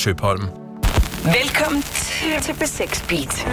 Tøpholm. Velkommen til B6 Beat.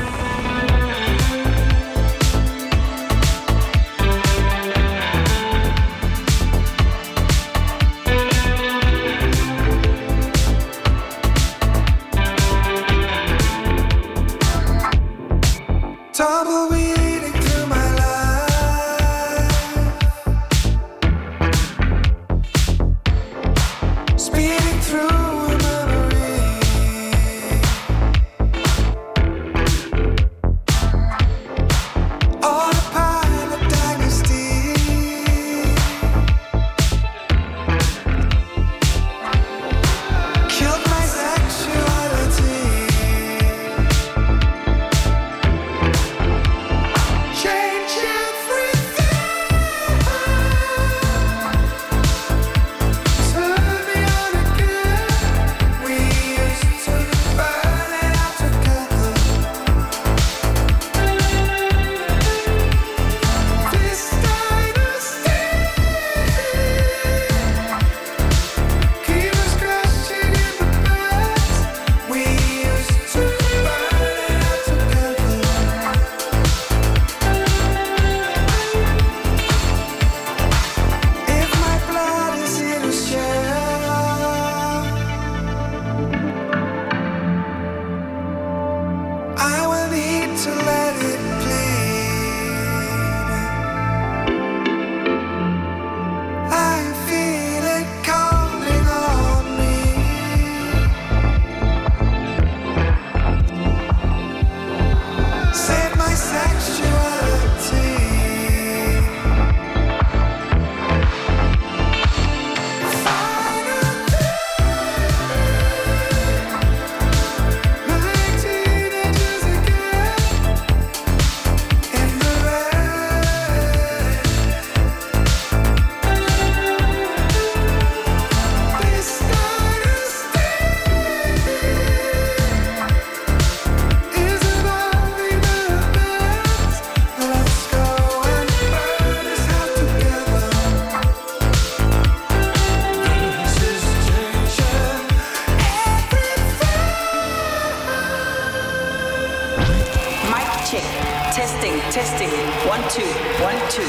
Testing. 1, 2, 1, 2.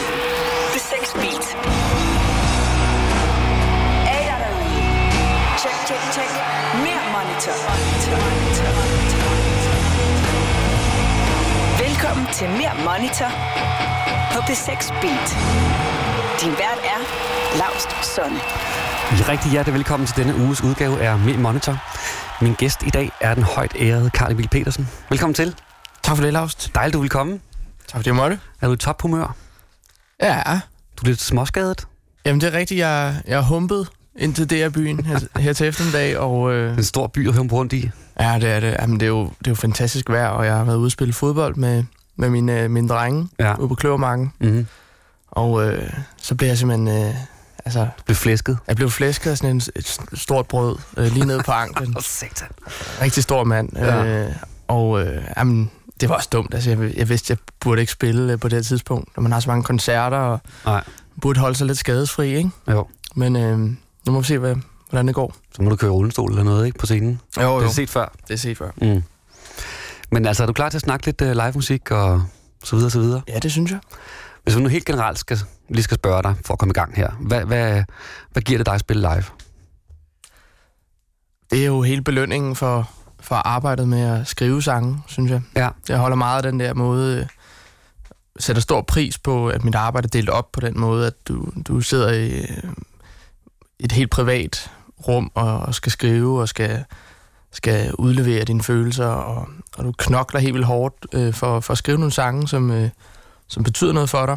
B6 Beat. Ada derude. Check. Mere monitor. Velkommen til Mere Monitor på B6 Beat. Din vært er Laust Sonne. Rigtig hjertelig velkommen til denne uges udgave af Mere Monitor. Min gæst i dag er den højt ærede Carl Emil Petersen. Velkommen til. Tak for det, Laust. Dejligt, du vil komme. Tak for det, måtte. Er du i tophumør? Ja. Du er lidt småskadet? Jamen, det er rigtigt. Jeg er humpet ind til DR-byen her til eftermiddag. Og, en stor by at humpe rundt i. Ja, det er det. Jamen, det er jo fantastisk vejr, og jeg har været ude at spille fodbold med mine drenge ude på Kløvermarken. Mm-hmm. Og så blev jeg simpelthen... Du blev flæsket? Jeg blev flæsket af sådan et stort brød lige nede på anklen. Satan. Rigtig stor mand. Ja. Jamen, det var også dumt. Altså, jeg vidste, jeg burde ikke spille på det tidspunkt, når man har så mange koncerter, og burde holde sig lidt skadesfri, ikke? Jo. Men nu må vi se, hvordan det går. Så må du køre rullestol eller noget, ikke, på scenen? Jo. Det er set før. Det er set før. Mm. Men altså, er du klar til at snakke lidt live musik og så videre, så videre? Ja, det synes jeg. Hvis vi nu helt generelt skal spørge dig, for at komme i gang her. Hvad giver det dig at spille live? Det er jo hele belønningen for arbejdet med at skrive sange, synes jeg. Ja. Jeg holder meget af den der måde, sætter stor pris på, at mit arbejde er delt op på den måde, at du sidder i et helt privat rum og skal skrive og skal udlevere dine følelser, og du knokler helt vildt hårdt for at skrive nogle sange, som betyder noget for dig.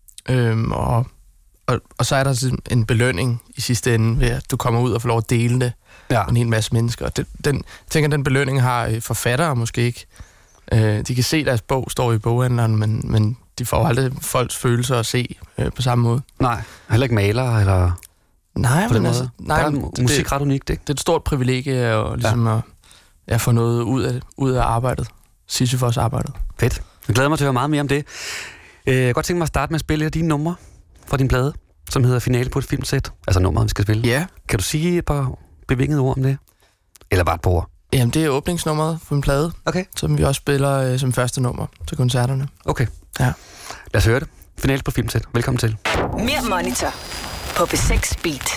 Og så er der en belønning i sidste ende ved, at du kommer ud og får lov at dele det med en hel masse mennesker. Og den belønning har forfattere måske ikke. De kan se, deres bog står i boghandleren, men de får aldrig folks følelser at se på samme måde. Nej, heller ikke malere eller... Nej, men altså... Der er musik ret unikt, ikke? Det er et stort privilegie at få noget ud af arbejdet. Sisyfos arbejdet. Fedt. Jeg glæder mig til at høre meget mere om det. Jeg kan godt tænke mig at starte med at spille et af dine numre fra din plade, som hedder Finale på et filmsæt. Altså nummeret, vi skal spille. Ja. Kan du sige et par bevingede ord om det? Eller bare et par ord? Jamen, det er åbningsnummeret for en plade, Okay. som vi også spiller som første nummer til koncerterne. Okay. Ja. Lad os høre det. Finale på Filmset. Velkommen til. Mere Monitor på P6 Beat.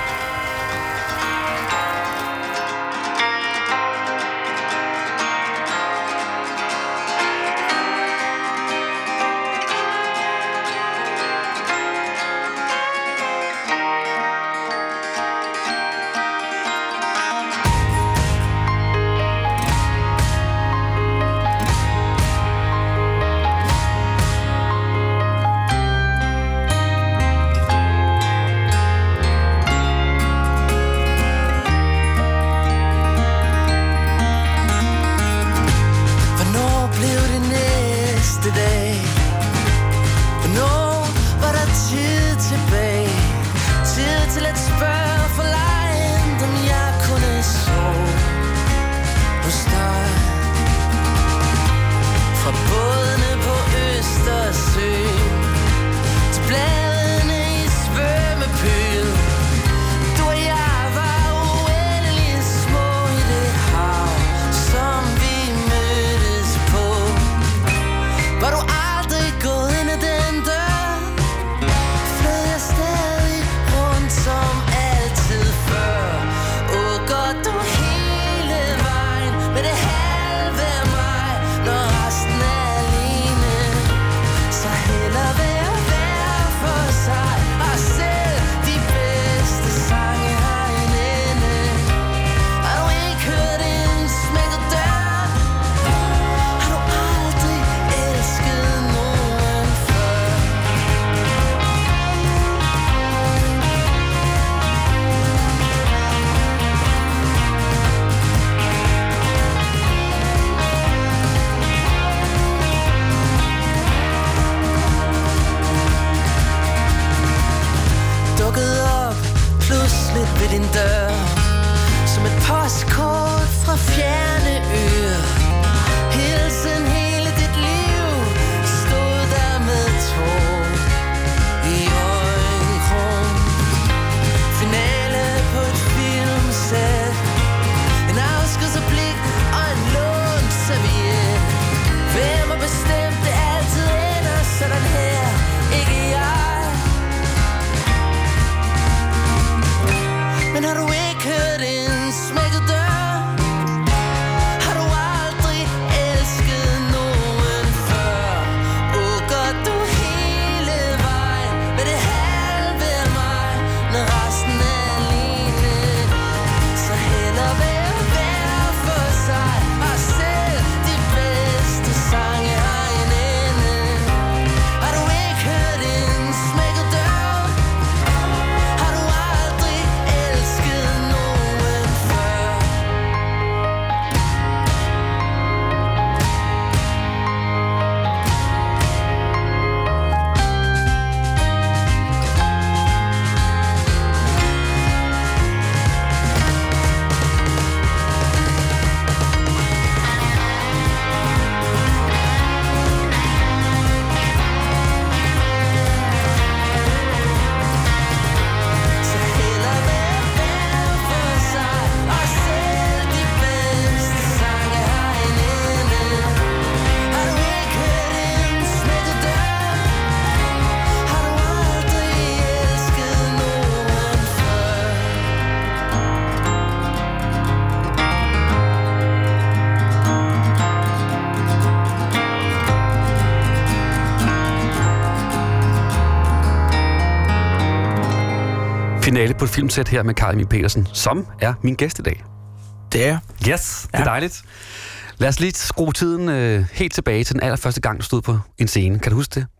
Finale på et filmsæt her med Carl Emil Petersen, som er min gæst i dag. Det er. Yes, det er dejligt. Lad os lige skrue tiden helt tilbage til den allerførste gang, du stod på en scene. Kan du huske det?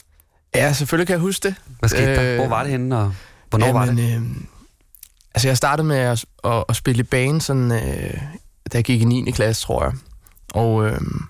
Ja, selvfølgelig kan jeg huske det. Hvad skete der? Hvor var det henne, og hvornår var det? Altså, jeg startede med at spille i band, sådan, da jeg gik i 9. klasse, tror jeg. Og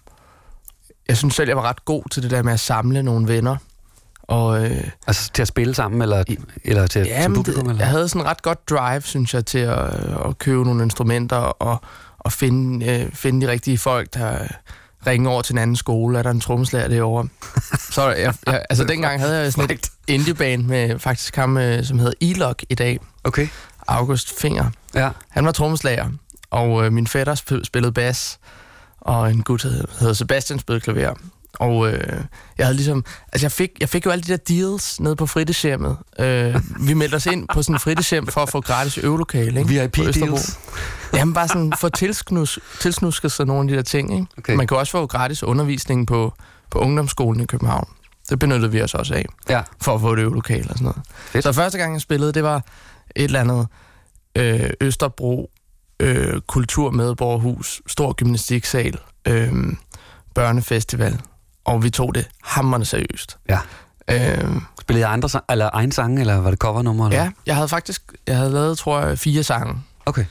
jeg synes selv, jeg var ret god til det der med at samle nogle venner. Og, altså til at spille sammen, eller til publikum? Eller? Jeg havde sådan ret godt drive, synes jeg, til at købe nogle instrumenter og finde de rigtige folk, der ringer over til en anden skole. Er der en trommeslager derovre? Så altså dengang havde jeg sådan et indieband med faktisk ham, som hedder Elok i dag. Okay. August Finger. Ja. Han var trommeslager. og min fætter spillede bas, og en gut hedder Sebastian spillede klaver. Og jeg havde ligesom... Altså, jeg fik jo alle de der deals nede på fritidshjemmet. Vi meldte os ind på sådan en fritidshjem for at få gratis øvelokale, ikke? VIP-deals? Jamen, bare sådan for tilsnusket sig nogle af de der ting, ikke? Okay. Man kan også få gratis undervisning på ungdomsskolen i København. Det benyttede vi os også af, for at få et øvelokale og sådan noget. Fedt. Så første gang, jeg spillede, det var et eller andet Østerbro kulturmedborgerhus, stor gymnastiksal, børnefestival, og vi tog det hamrende seriøst. Ja. Spillede jeg egen sange, eller var det covernummer? Eller? Ja, jeg havde lavet, tror jeg, 4 sange. Okay.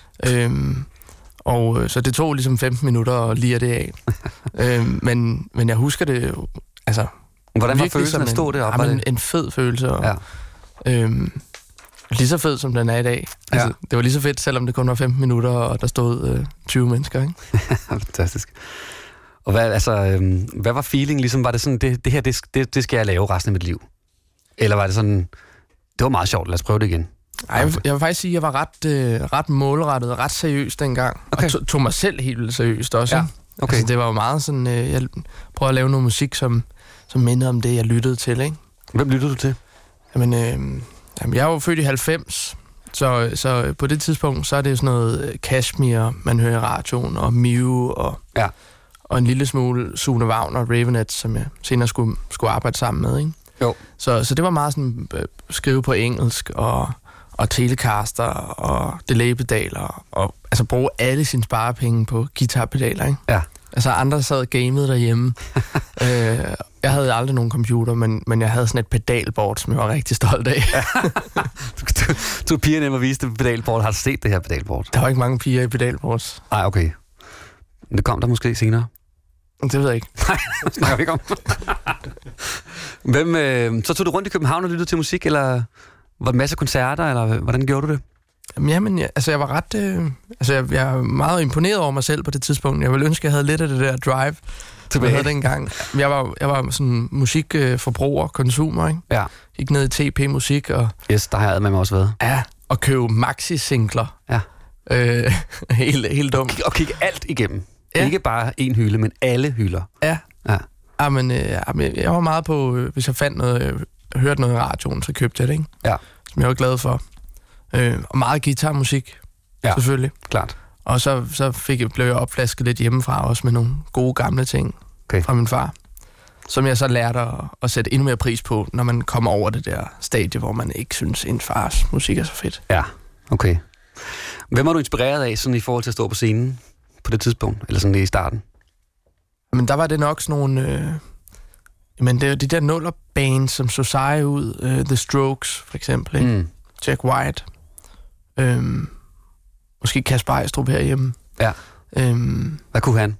Og så det tog ligesom 15 minutter at lire det af. Men jeg husker det jo, altså... Hvordan var følelsen at stå deroppe? En fed følelse. Og, lige så fed, som den er i dag. Altså, det var lige så fedt, selvom det kun var 15 minutter, og der stod 20 mennesker, ikke? Fantastisk. Og hvad var feeling? Ligesom, var det sådan, det her, det skal jeg lave resten af mit liv? Eller var det sådan, det var meget sjovt, lad os prøve det igen? Ej, jeg vil faktisk sige, at jeg var ret målrettet og ret seriøs dengang. Okay. Og tog mig selv helt vildt seriøst også. Ja. Okay. Altså, det var jo meget sådan, jeg prøvede at lave noget musik, som mindede om det, jeg lyttede til, ikke? Hvem lyttede du til? Jamen, jeg er jo født i 90, så på det tidspunkt, så er det sådan noget Kashmir, man hører i radioen, og Mew, og en lille smule Sune Wagner og Ravenet, som jeg senere skulle arbejde sammen med, ikke? Jo. Så det var meget sådan, skrive på engelsk, og Telecaster, og delay-pedaler, og altså bruge alle sine sparepenge på guitarpedaler, ikke? Ja. Altså andre sad og gamede derhjemme. Jeg havde aldrig nogen computer, men jeg havde sådan et pedalboard, som jeg var rigtig stolt af. Du pigerne og viste pedalboard. Har du set det her pedalboard? Der var ikke mange piger i pedalboards. Nej, okay. Men det kom der måske senere? Det ved jeg ikke. Nej, det snakker vi ikke om. Så tog du rundt i København og lyttede til musik, eller var det en masse koncerter, eller hvordan gjorde du det? Jamen, jeg var ret... jeg er meget imponeret over mig selv på det tidspunkt. Jeg ville ønske, jeg havde lidt af det der drive, jeg havde dengang. Jeg var sådan musikforbruger, konsumer, ikke? Ja. Gik ned i TP Musik og... Yes, der har jeg med mig også været. Ja, og købe maxi-singler. Ja. Helt dumt. Og kigge alt igennem. Ja. Ikke bare en hylde, men alle hylder. Ja. Jamen, jeg var meget på... hvis jeg fandt noget, hørte noget i radioen, så købte jeg det, ikke? Ja. Som jeg var glad for. Og meget guitarmusik, selvfølgelig. Klart. Og så blev jeg opflasket lidt hjemmefra, også med nogle gode gamle ting fra min far, som jeg så lærte at sætte endnu mere pris på, når man kommer over det der stadie, hvor man ikke synes, en fars musik er så fedt. Ja, okay. Hvem var du inspireret af, sådan i forhold til at stå på scenen på det tidspunkt, eller sådan i starten? Men der var det nok sådan nogle... det er de der nullerbands, som så seje ud. The Strokes, for eksempel, ikke? Mm. Jack White. Måske Kasper Ejstrup herhjemme. Ja. Hvad kunne han?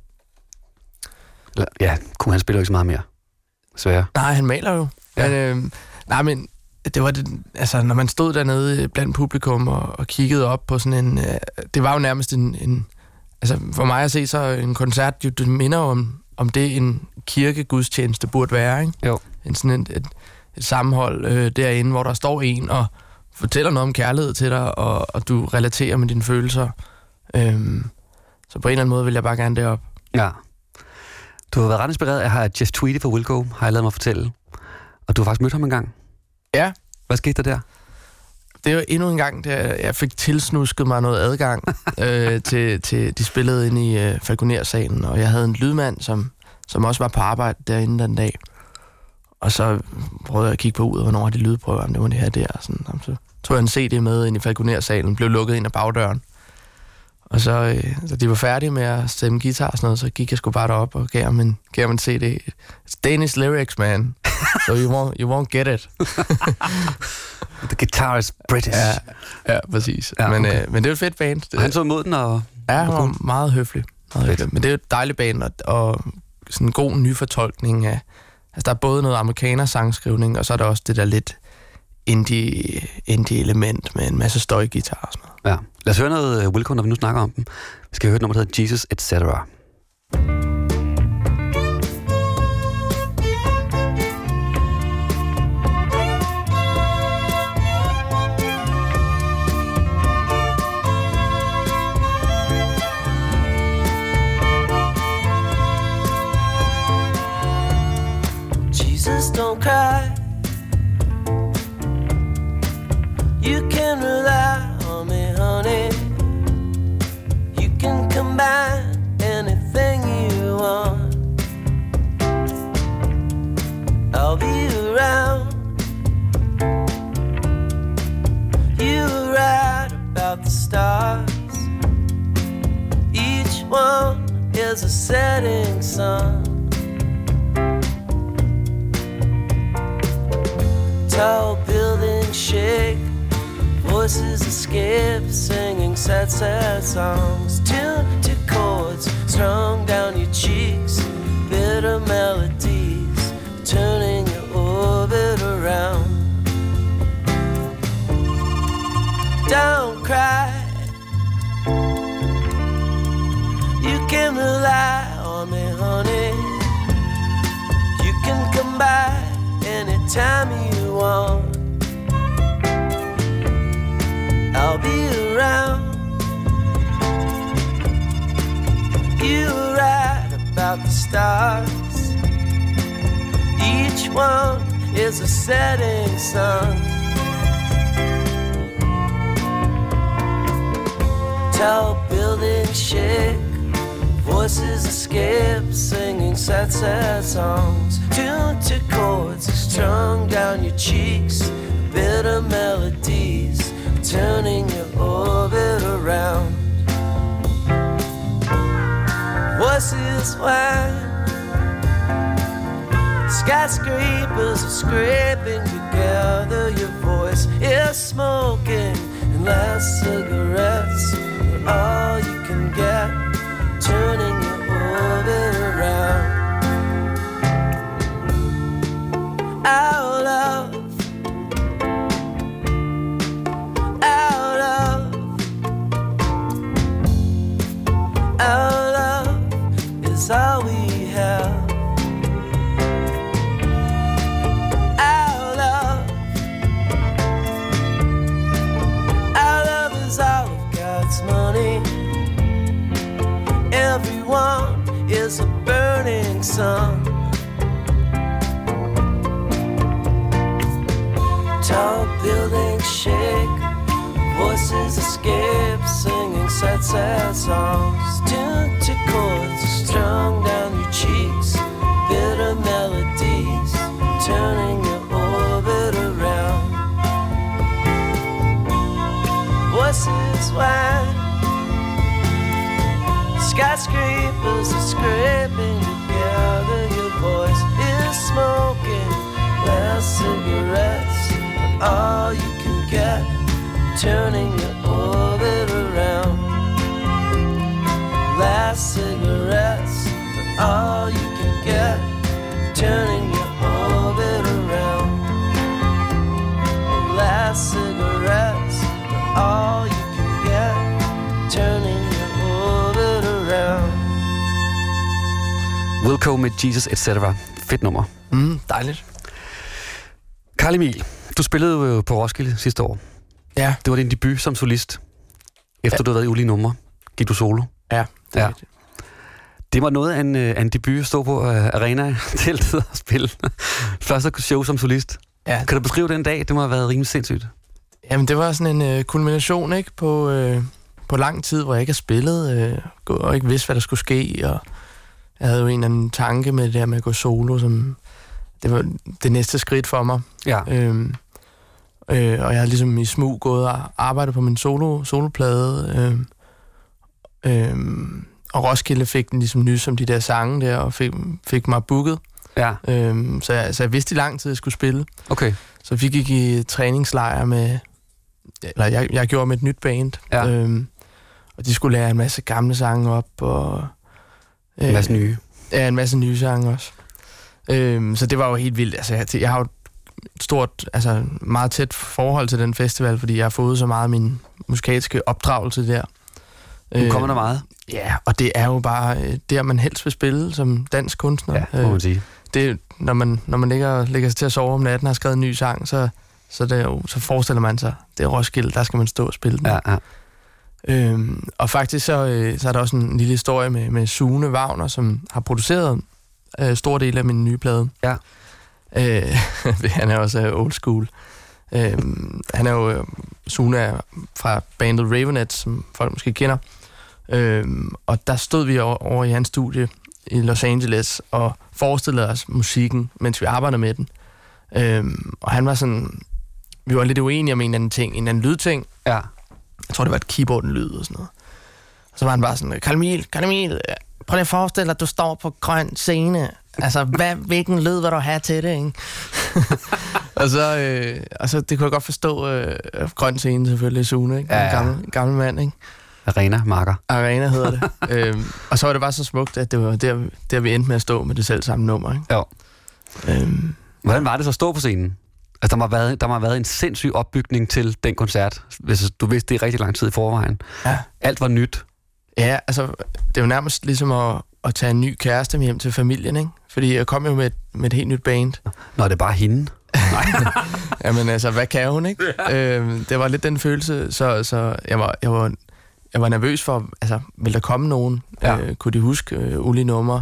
Kunne han spille ikke så meget mere? Sværere. Nej, han maler jo. Ja. Men det var det, altså når man stod dernede blandt publikum og kiggede op på sådan en... det var jo nærmest en altså for mig at se så en koncert, det minder om det en kirkegudstjeneste burde være, ikke? Jo. Sådan et sammenhold derinde, hvor der står en og fortæller noget om kærlighed til dig, og du relaterer med dine følelser. Så på en eller anden måde vil jeg bare gerne derop. Ja. Du har været ret inspireret af at have Jeff Tweedy fra Wilco, har jeg lavet mig fortælle. Og du har faktisk mødt ham en gang. Ja. Hvad skete der der? Det var endnu en gang, da jeg fik tilsnusket mig noget adgang til de spillede inde i Falconer-salen, og jeg havde en lydmand, som også var på arbejde derinde den dag. Og så prøvede jeg at kigge på ud, hvornår de lydprøver, om det var det her der. Sådan. Så tog jeg en CD med ind i Falconer-salen, blev lukket ind af bagdøren. Og så de var færdige med at stemme guitar og sådan noget, så gik jeg sgu bare derop og gav ham en CD. It's Danish lyrics, man. So you won't get it. The guitar is British. Ja, præcis. Ja, okay. Men det er et fedt band. Og han tog imod den og... Ja, han var meget høflig. Men det er jo et dejligt band, og sådan en god nyfortolkning af... Altså, der er både noget amerikaner-sangskrivning, og så er der også det der lidt indie-element med en masse støjguitar og sådan noget. Ja. Lad os høre noget Wilco, når vi nu snakker om dem. Vi skal høre et nummer, der hedder Jesus, etc. don't cry. You can rely on me, honey. You can combine anything you want. I'll be around. You were right about the stars. Each one is a setting sun. Tall buildings shake, voices escape, singing sad, sad songs. Tuned to chords strung down your cheeks, bitter melodies turning your orbit around. Don't cry. You can rely on me, honey. You can come by anytime you want. I'll be around. You were right about the stars. Each one is a setting sun. Tall buildings shake, voices escape, singing sad, sad songs. Tuned to chords strung down your cheeks, bitter melodies turning your orbit around. Voices whine, skyscrapers are scraping together. Your voice is smoking, and last cigarettes are all you can get, turning your orbit around. Our love, our love, our love is all we have. Our love is all of God's money. Everyone is a burning sun. Tall buildings shake, voices escape, singing sad, sad songs. Tuned to chords strung down your cheeks, bitter melodies turning your orbit around. Voices whine, skyscrapers are scraping together. Your voice is smoking, last cigarettes are all you can get, turning your orbit around. Last cigarettes are all you can get, turning your orbit around. Last cigarettes are all you can get, turning your orbit around. Wilco med Jesus etc. Fedt nummer. Dejligt. Carl Emil, du spillede jo på Roskilde sidste år. Ja. Det var din debut som solist. Efter du havde været i ulige numre, gik du solo. Ja, det er rigtigt. Det var noget af en debut at stå på arena-teltet og spille. Første show som solist. Ja. Kan du beskrive den dag? Det må have været rimelig sindssygt. Jamen, det var sådan en kulmination, ikke? På lang tid, hvor jeg ikke har spillet, og ikke vidste, hvad der skulle ske, og jeg havde jo en eller anden tanke med det der med at gå solo, som det var det næste skridt for mig. Ja. Og jeg havde ligesom i smug gået og arbejdet på min soloplade, og Roskilde fik den ligesom nys om de der sange der, og fik mig booket. Ja. Så jeg vidste i lang tid, at jeg skulle spille. Okay. Så vi gik i træningslejr med, eller jeg gjorde med et nyt band, Ja. og de skulle lære en masse gamle sange op, og En masse nye. Ja, en masse nye sange også. Så det var jo helt vildt. Altså, jeg har jo et stort, altså meget tæt forhold til den festival, fordi jeg har fået så meget af min musikalske opdragelse der. Nu kommer der meget. Ja, og det er jo bare der, man helst vil spille som dansk kunstner. Ja, må man sige. Det, når man ligger sig til at sove om natten og har skrevet en ny sang, så forestiller man sig, det er Roskilde, der skal man stå og spille den. Ja, ja. Og faktisk så er der også en lille historie med Sune Wagner, som har produceret stor del af min nye plade. Ja. Han er også old school. Han er jo Sune fra bandet Ravenet, som folk måske kender. Og der stod vi over i hans studie i Los Angeles og forestillede os musikken, mens vi arbejdede med den. Og han var sådan... Vi var lidt uenige om en eller anden lydting. Ja. Jeg tror, det var et keyboard-lyd og sådan noget. Og så var han bare sådan, Carl Emil, prøv lige at forestille dig, at du står på grøn scene. Altså, hvilken lyd vil du have til det, ikke? og så, det kunne jeg godt forstå, grøn scene selvfølgelig, Sune, ikke? Ja. En gammel mand, ikke? Arena Marker. Arena hedder det. Og så var det bare så smukt, at det var der vi endte med at stå med det selv samme nummer, ikke? Jo. Hvordan var det så at stå på scenen? Altså, der må have været en sindssyg opbygning til den koncert, hvis du vidste det i rigtig lang tid i forvejen. Ja. Alt var nyt. Ja, altså, det er jo nærmest ligesom at tage en ny kæreste med hjem til familien, ikke? Fordi jeg kom jo med et helt nyt band. Nå, det er bare hende. Nej. Jamen altså, hvad kan hun, ikke? Ja. Det var lidt den følelse, så jeg var nervøs for, altså, vil der komme nogen? Ja. Kunne de huske ulige numre?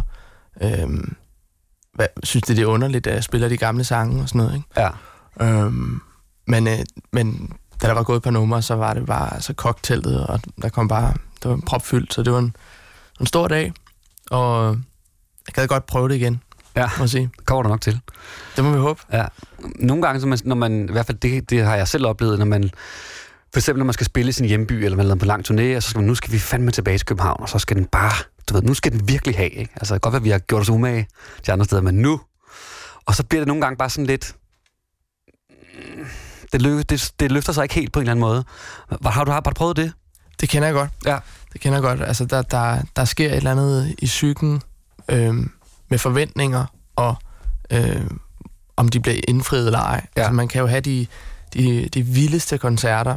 Synes det er underligt, at jeg spiller de gamle sange og sådan noget, ikke? Ja. Men da der var gået et par numre, så var det bare så kokteltet, og der var propfyldt, så det var en stor dag, og jeg gad godt prøve det igen, ja. må jeg sige. Kommer der nok til. Det må vi håbe. Ja. Nogle gange, når man, i hvert fald det har jeg selv oplevet, når man, for eksempel når man skal spille i sin hjemby, eller man er på lang turné, og så skal man, nu skal vi fandme tilbage til København, og så skal den bare, du ved, nu skal den virkelig have, ikke? Altså, godt være, vi har gjort os umage til andre steder, men nu, og så bliver det nogle gange bare sådan lidt, det løfter sig ikke helt på en eller anden måde. Har du prøvet det? Det kender jeg godt. Ja. Det kender jeg godt. Altså, der sker et eller andet i psyken med forventninger, og om de bliver indfriet eller ej. Ja. Altså, man kan jo have de vildeste koncerter,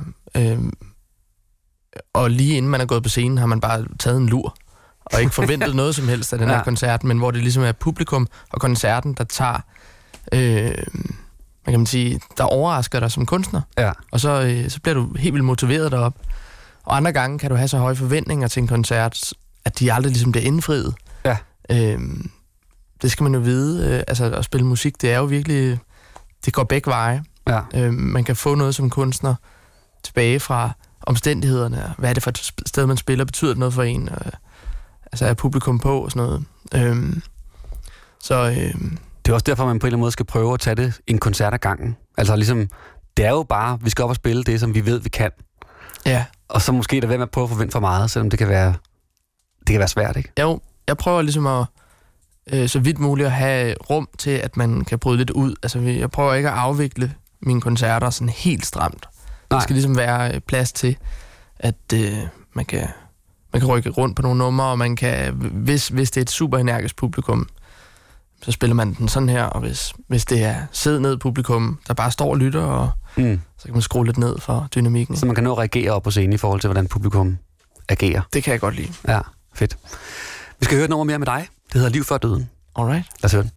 og lige inden man er gået på scenen, har man bare taget en lur, og ikke forventet noget som helst af den her koncert, men hvor det ligesom er publikum og koncerten, der tager... man kan man sige, der overrasker dig som kunstner. Ja. Og så bliver du helt vildt motiveret derop. Og andre gange kan du have så høje forventninger til en koncert, at de aldrig ligesom bliver indfriet. Ja. Det skal man jo vide. Altså at spille musik, det er jo virkelig... Det går begge veje. Ja. Man kan få noget som kunstner tilbage fra omstændighederne. Hvad er det for et sted, man spiller? Betyder det noget for en? Altså er publikum på og sådan noget. Det er også derfor, man på en eller anden måde skal prøve at tage det en koncert ad gangen. Altså ligesom, det er jo bare, vi skal op og spille det, som vi ved, vi kan. Ja. Og så måske der være med at prøve at forvente for meget, selvom det kan være svært, ikke? Jo, jeg prøver ligesom at så vidt muligt at have rum til, at man kan bryde lidt ud. Altså, jeg prøver ikke at afvikle mine koncerter sådan helt stramt. Der skal ligesom være plads til, at man kan rykke rundt på nogle numre, og man kan, hvis det er et super energisk publikum, så spiller man den sådan her, og hvis det er sidde ned publikum, der bare står og lytter, og så kan man skrue lidt ned for dynamikken. Så man kan nå at reagere op på scenen i forhold til, hvordan publikum agerer. Det kan jeg godt lide. Ja, fedt. Vi skal høre et nummer mere med dig. Det hedder Liv før døden. Alright. Lad os høre den.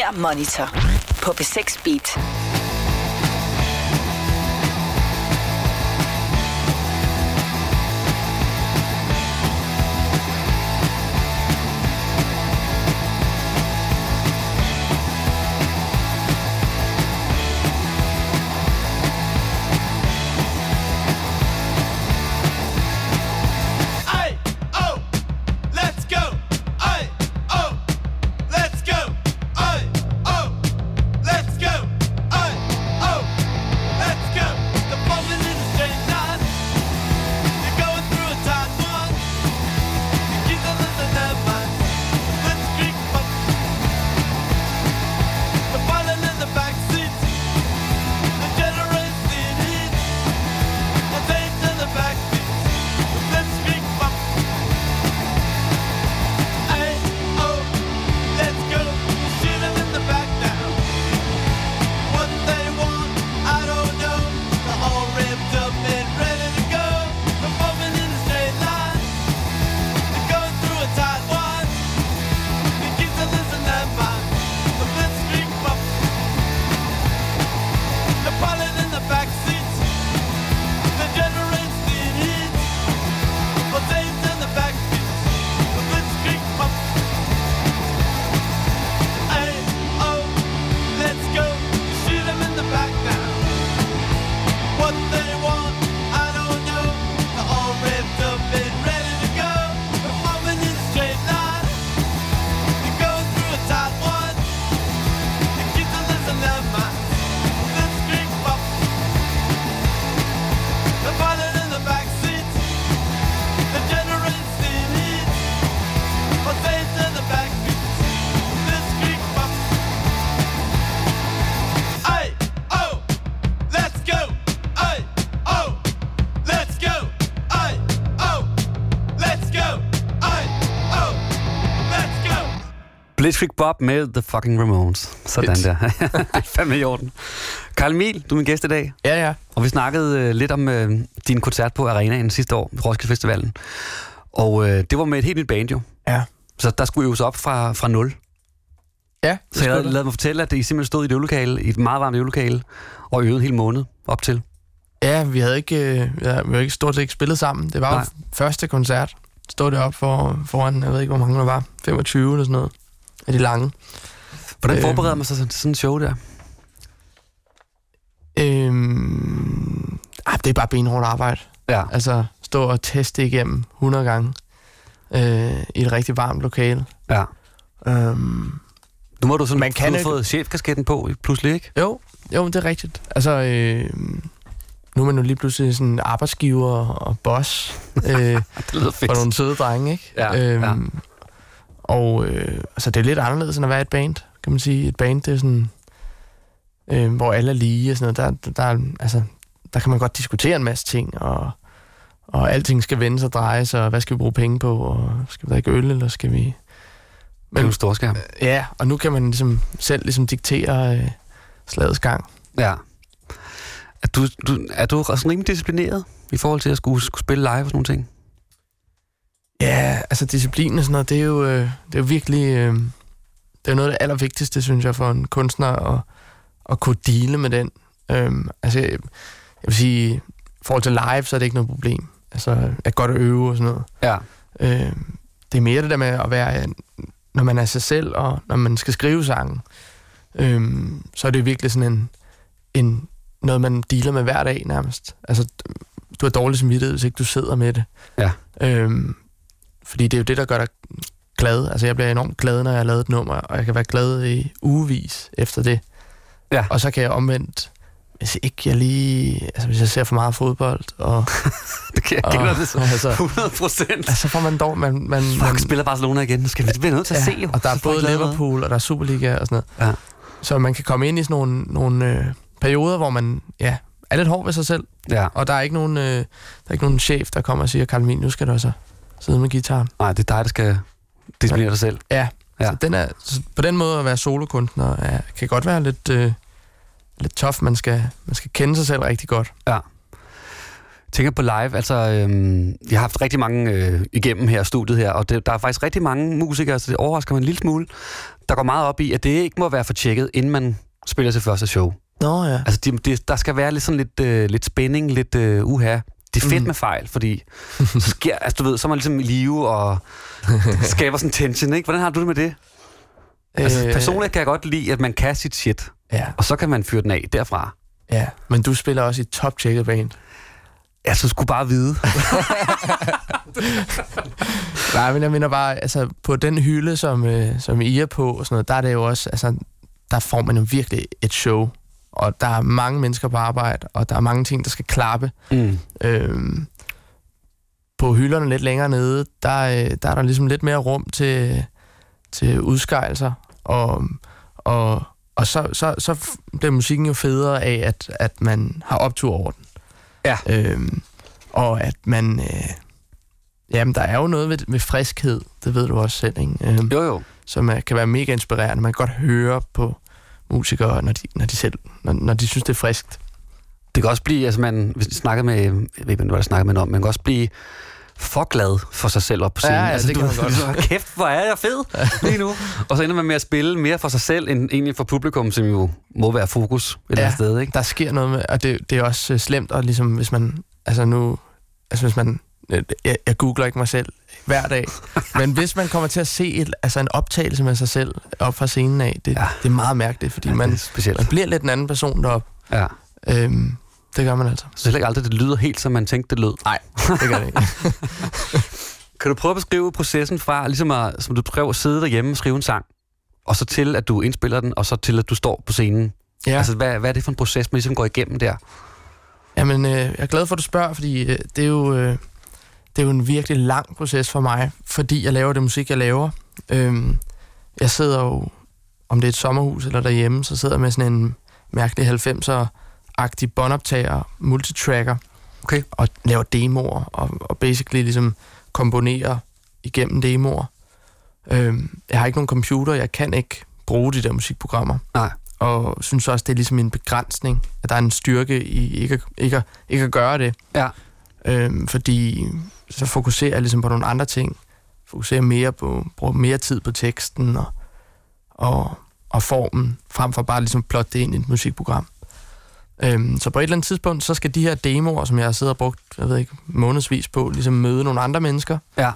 Mere Monitor på P6 Beat. Blitzkrieg Bob med The Fucking Ramones. Sådan der. Det er fandme i orden. Carl Emil, du er min gæst i dag. Ja. Og vi snakkede lidt om din koncert på Arenaen sidste år, Roskilde Festivalen. Og det var med et helt nyt band jo. Ja. Så der skulle øves op fra 0. Ja. Så jeg lavede mig fortælle, at I simpelthen stod i et øvelokale, i et meget varmt øvelokale, og øvede en hel måned op til. Ja, vi havde ikke stort set ikke spillet sammen. Det var jo første koncert. Stod det op foran, jeg ved ikke, hvor mange der var, 25 eller sådan noget, af de lange. Hvordan forbereder man sig sådan en show der? Det er bare benhårdt arbejde. Ja. Altså, stå og teste igennem 100 gange i et rigtig varmt lokale. Ja. Nu må du sådan, man kan du har fået chefkasketten på pludselig, ikke? Jo, det er rigtigt. Altså, nu er man jo lige pludselig sådan arbejdsgiver og boss det lyder fedt. for nogle søde drenge, ikke? Ja, Og altså, det er lidt anderledes end at være et band, kan man sige. Et band, det er sådan, hvor alle er lige og sådan noget. Der kan man godt diskutere en masse ting, og alting skal vendes og drejes, og hvad skal vi bruge penge på, og skal vi drikke øl, eller skal vi... Men det er en storskærm. Ja, og nu kan man ligesom selv diktere slagets gang. Ja. Er du sådan rimelig disciplineret i forhold til at skulle spille live og sådan nogle ting? Ja, altså disciplin og sådan noget, det er jo virkelig... det er noget af det allervigtigste, synes jeg, for en kunstner at kunne deale med den. Altså, jeg vil sige, i forhold til live, så er det ikke noget problem. Altså, at godt at øve og sådan noget. Ja. Det er mere det der med at være... Når man er sig selv, og når man skal skrive sangen, så er det virkelig sådan en noget, man dealer med hver dag nærmest. Altså, du har dårlig samvittighed, hvis ikke du sidder med det. Ja. Fordi det er jo det, der gør dig glad. Altså, jeg bliver enormt glad, når jeg har lavet et nummer, og jeg kan være glad i ugevis efter det. Ja. Og så kan jeg omvendt, hvis jeg ser for meget fodbold, og... det kan jeg kende det så 100%. Altså, får man dog... Man spiller Barcelona igen, skal vi blive nødt til at se jo. Og der er både Liverpool, og der er Superliga og sådan noget. Ja. Så man kan komme ind i sådan nogle perioder, hvor man er lidt hård ved sig selv. Ja. Og der er ikke nogen chef, der kommer og siger, Carl Emil, nu skal du altså sidde med guitaren. Nej, det er dig, der skal disciplinere dig selv. Ja. Så på den måde at være solokunstner kan godt være lidt tough. Man skal kende sig selv rigtig godt. Ja. Tænker på live, altså jeg har haft rigtig mange igennem her studiet her, og der er faktisk rigtig mange musikere, så det overrasker mig en lille smule, der går meget op i, at det ikke må være for tjekket, inden man spiller til første show. Nå ja. Altså der skal være lidt sådan lidt spænding, lidt uha. Det er fedt med fejl, fordi så sker, altså du ved, så er man ligesom i live og skaber sådan tension, ikke? Hvordan har du det med det? Altså personligt kan jeg godt lide, at man kan sit shit, og så kan man fyre den af derfra. Ja, men du spiller også i top-tjekket band. Jeg så skulle bare vide. Nej, men jeg mener bare, altså på den hylde, som I er på, og sådan noget, der er det jo også, altså der får man jo virkelig et show. Og der er mange mennesker på arbejde, og der er mange ting, der skal klappe. På hylderne lidt længere nede, der er der ligesom lidt mere rum til udskejelser, og så bliver musikken jo federe af, at man har optur over den. Ja. Og at man... jamen, der er jo noget ved friskhed, det ved du også selv, ikke? Jo. Som kan være mega inspirerende. Man kan godt høre på musikere, når de synes, det er friskt. Det kan også blive, altså man snakkede med, jeg ved ikke, hvad der snakkede med om, man kan også blive for glad for sig selv op på scenen. Ja, altså, det kan man godt. Så, kæft, hvor er jeg fed lige nu. Og så ender man med at spille mere for sig selv, end egentlig for publikum, som jo må være fokus et eller andet sted, ikke? Der sker noget med, og det er også slemt, og ligesom hvis man, jeg googler ikke mig selv hver dag, men hvis man kommer til at se en optagelse med sig selv op fra scenen af, det er meget mærkeligt, fordi man bliver lidt en anden person deroppe. Ja. Det gør man altså. Så heller ikke aldrig, det lyder helt, som man tænkte, det lød. Nej, det gør det ikke. Kan du prøve at beskrive processen fra, ligesom som du prøver at sidde derhjemme og skrive en sang, og så til, at du indspiller den, og så til, at du står på scenen? Ja. Altså, hvad er det for en proces, man ligesom går igennem der? Jamen, jeg er glad for, at du spørger, fordi det er jo en virkelig lang proces for mig, fordi jeg laver det musik, jeg laver. Jeg sidder jo, om det er et sommerhus eller derhjemme, så sidder jeg med sådan en mærkelig 90'er-agtig båndoptager, multitracker, og laver demoer, og basically ligesom komponerer igennem demoer. Jeg har ikke nogen computer, jeg kan ikke bruge de der musikprogrammer. Nej. Og synes også, det er ligesom en begrænsning, at der er en styrke i ikke at gøre det. Ja. Fordi så fokuserer jeg ligesom på nogle andre ting. Bruger mere tid på teksten og formen, frem for bare ligesom plotte det ind i et musikprogram. Så på et eller andet tidspunkt, så skal de her demoer, som jeg har siddet og brugt, jeg ved ikke, månedsvis på, ligesom møde nogle andre mennesker. Ja.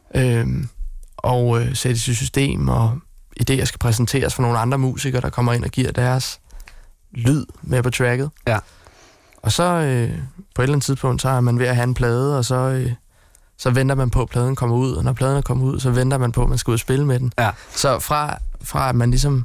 Og sættes i system, og idéer skal præsenteres for nogle andre musikere, der kommer ind og giver deres lyd med på tracket. Ja. Og så på et eller andet tidspunkt, så er man ved at have en plade, og så venter man på, at pladen kommer ud, og når pladen er kommet ud, så venter man på, at man skal ud og spille med den. Ja. Så fra at man ligesom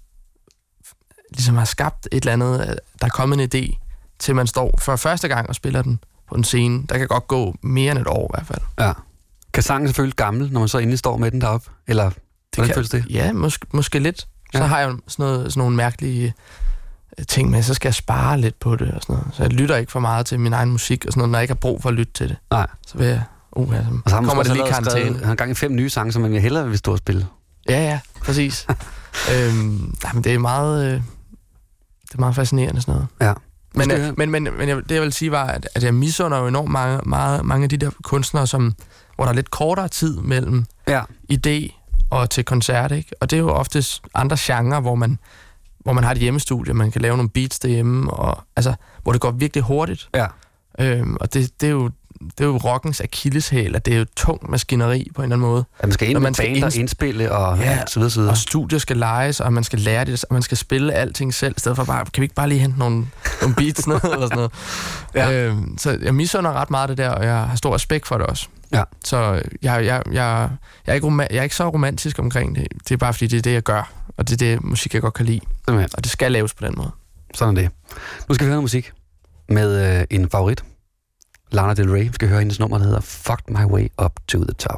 har skabt et eller andet, der er kommet en idé, til man står for første gang og spiller den på en scene, der kan godt gå mere end et år i hvert fald. Ja. Kan sangen selvfølgelig gammel, når man så endelig står med den deroppe? Eller hvordan føles det? Ja, måske lidt. Ja. Så har jeg sådan nogle mærkelige ting med, så skal jeg spare lidt på det og sådan noget. Så jeg lytter ikke for meget til min egen musik og sådan noget, når jeg ikke har brug for at lytte til det. Nej. Så vil jeg... og så har man kommer det lige karantæne. Han har gang i 5 nye sange, som jeg hellere vil stå og spille. Ja, præcis. Men det er meget fascinerende sådan noget. Ja. Men det jeg vil sige var, at jeg misunder jo enormt mange af de der kunstnere, hvor der er lidt kortere tid mellem idé og til koncert, ikke? Og det er jo oftest andre genrer, hvor man har et hjemmestudie, man kan lave nogle beats derhjemme, og altså, hvor det går virkelig hurtigt. Ja. Og det er jo rockens akilleshæl, at det er jo tungt maskineri på en eller anden måde. Ja, man skal ind med band og indspille og så videre. Og studier skal lejes, og man skal lære det, og man skal spille alting selv, i stedet for bare, kan vi ikke bare lige hente nogle beats ned, eller sådan noget. Ja. Så jeg misunder ret meget det der, og jeg har stor respekt for det også. Ja. Så jeg er ikke så romantisk omkring det. Det er bare fordi, det er det, jeg gør, og det er det musik, jeg godt kan lide. Simpelthen. Og det skal laves på den måde. Sådan er det. Nu skal vi høre noget musik med en favorit. Lana Del Rey. Vi skal høre hendes nummer, der hedder Fucked My Way Up to the Top.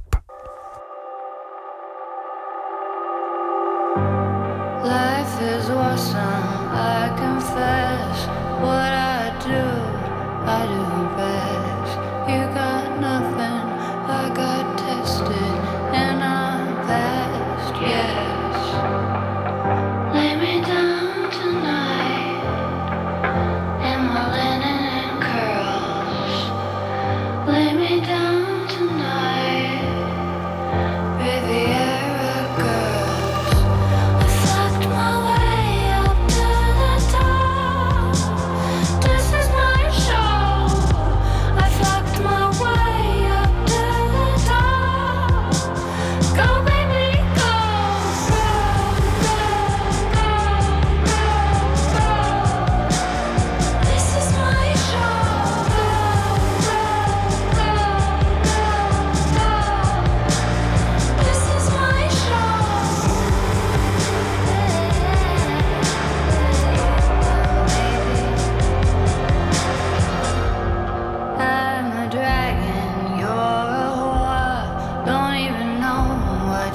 Life is awesome, I confess. What I do best. You got nothing, I got tested, and I'm past, yes. Lay me down tonight, in my linen and curls.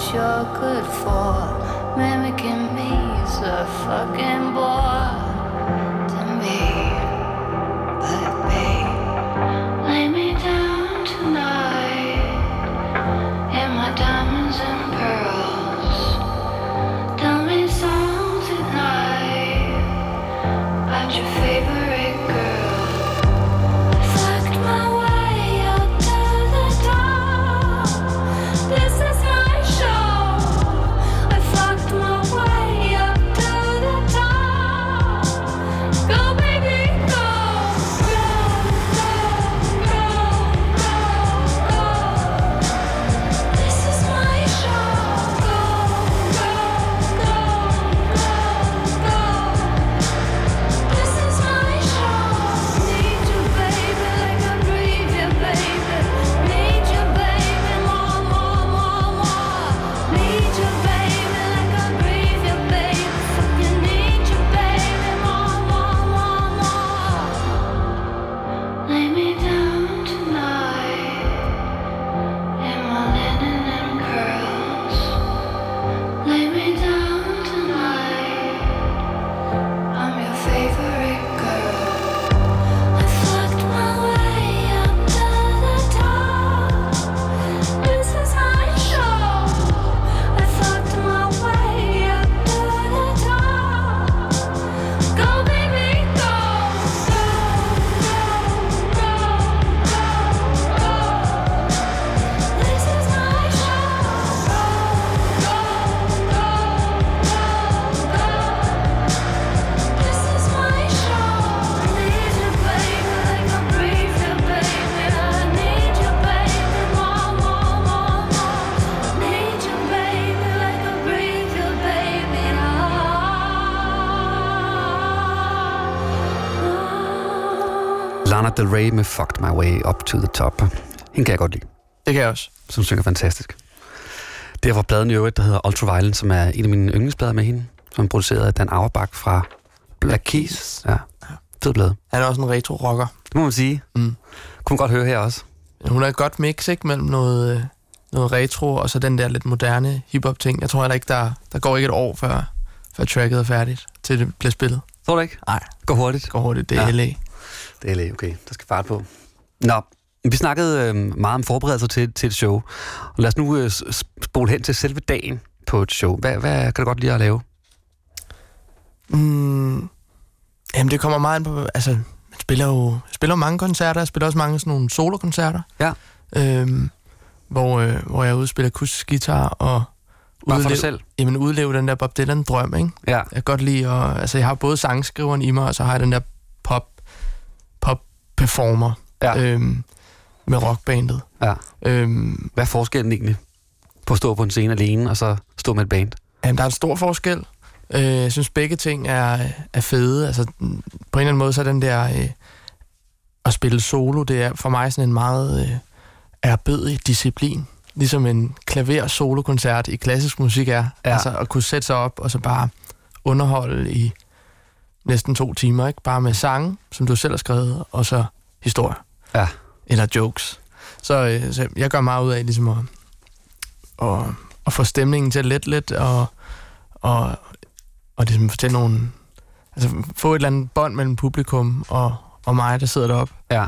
you're good for. Mimicking me's a fucking bore to me. But babe, lay me down tonight in my diamonds and pearls. Tell me songs at night about your favorite girl. I fucked my way up to the top. This is my show. I fucked my way up to the top. Go baby, go, go, go, go, go, go. This is my show. Go, go, go, go, go. This is my show. Need you, baby, like I breathe you, baby. Need you, baby, more, more, more, more. Need you, baby, like I breathe you, baby. Fucking need you, baby, more, more, more, more. Lay me down tonight in my linen and curls. Lay me down tonight. I'm your favorite girl. I fucked my way up to the top. This is my show. I fucked my way up to the top. Go baby, go, go, go, go, go, go. This is my show. Go, go, go, go, go. This is my show. I need you, baby, like I breathe you, baby. I need you, baby, more, more, more, more. Need you, baby, like I breathe you, baby. Lana Del Rey med Fucked My Way Up to the Top. Hende kan jeg godt lide, Det kan jeg også. som synger fantastisk. Det er fra pladen i øvrigt, der hedder Ultraviolet, som er en af mine yndlingsplader med hende, som er produceret af Dan Auerbach fra Black Keys. Ja, fed plade. Han er også en retro-rocker. Det må man sige. Mm. Kunne man godt høre her også. Hun er et godt mix, ikke? Mellem noget retro og så den der lidt moderne hiphop-ting. Jeg tror heller ikke, der går ikke et år, før tracket er færdigt, til det bliver spillet. Tror du ikke? Nej, Gå hurtigt. det går hurtigt. Det er Ja. LA. Det er LA, okay. Der skal fart på. Nå, vi snakkede meget om forberedelser til et show. Og lad os nu spole hen til selve dagen på et show. Hvad kan du godt lide at lave? Jamen, det kommer meget an på... Altså, man spiller jo mange koncerter. Jeg spiller også mange sådan nogle solokoncerter. Ja. Hvor jeg udspiller akustisk guitar og... Bare for dig selv? Jamen, udleve den der Bob Dylan-drøm, ikke? Ja. Jeg kan godt lide at... Altså, jeg har både sangskriveren i mig, og så har jeg den der pop-performer med rockbandet. Ja. Hvad er forskellen egentlig på at stå på en scene alene, og så stå med et band? Jamen, der er en stor forskel. Jeg synes, begge ting er fede. Altså, på en eller anden måde, så er den der... at spille solo, det er for mig sådan en meget ærbødig disciplin. Ligesom en klaver-solo-koncert i klassisk musik er. Ja. Altså at kunne sætte sig op og så bare underholde i næsten 2 timer, ikke? Bare med sange, som du selv har skrevet, og så historie. Ja. Eller jokes. Så jeg gør meget ud af ligesom at få stemningen til at lette lidt, og ligesom fortælle nogle... Altså få et eller andet bånd mellem publikum og mig, der sidder deroppe. Ja.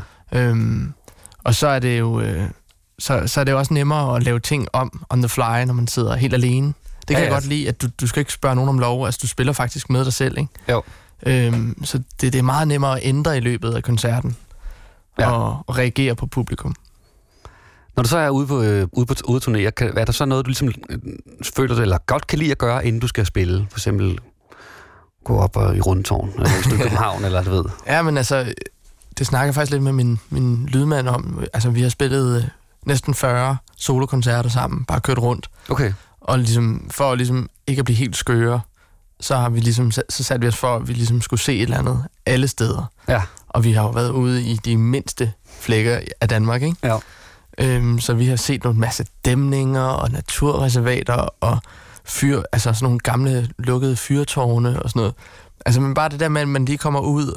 Og så er det jo... Så er det jo også nemmere at lave ting on the fly, når man sidder helt alene. Det kan jeg godt lide, at du skal ikke spørge nogen om lov. Altså, du spiller faktisk med dig selv, ikke? Jo. Så det er meget nemmere at ændre i løbet af koncerten. Ja. Og reagere på publikum. Når du så er ude at turnere, er der så noget, du ligesom føler, eller godt kan lide at gøre, inden du skal spille? For eksempel gå op i Rundetårn, eller i København, eller du ved. Ja, men altså, det snakker jeg faktisk lidt med min lydmand om. Altså, vi har spillet næsten 40 solokoncerter sammen, bare kørt rundt. Okay. Og ligesom, for ligesom ikke at blive helt skøre, så har vi ligesom, så satte vi os for, at vi ligesom skulle se et eller andet alle steder. Ja. Og vi har jo været ude i de mindste flækker af Danmark, ikke? Ja. Så vi har set nogle masse dæmninger og naturreservater og altså sådan nogle gamle lukkede fyrtårne og sådan noget. Altså, men bare det der med, at man lige kommer ud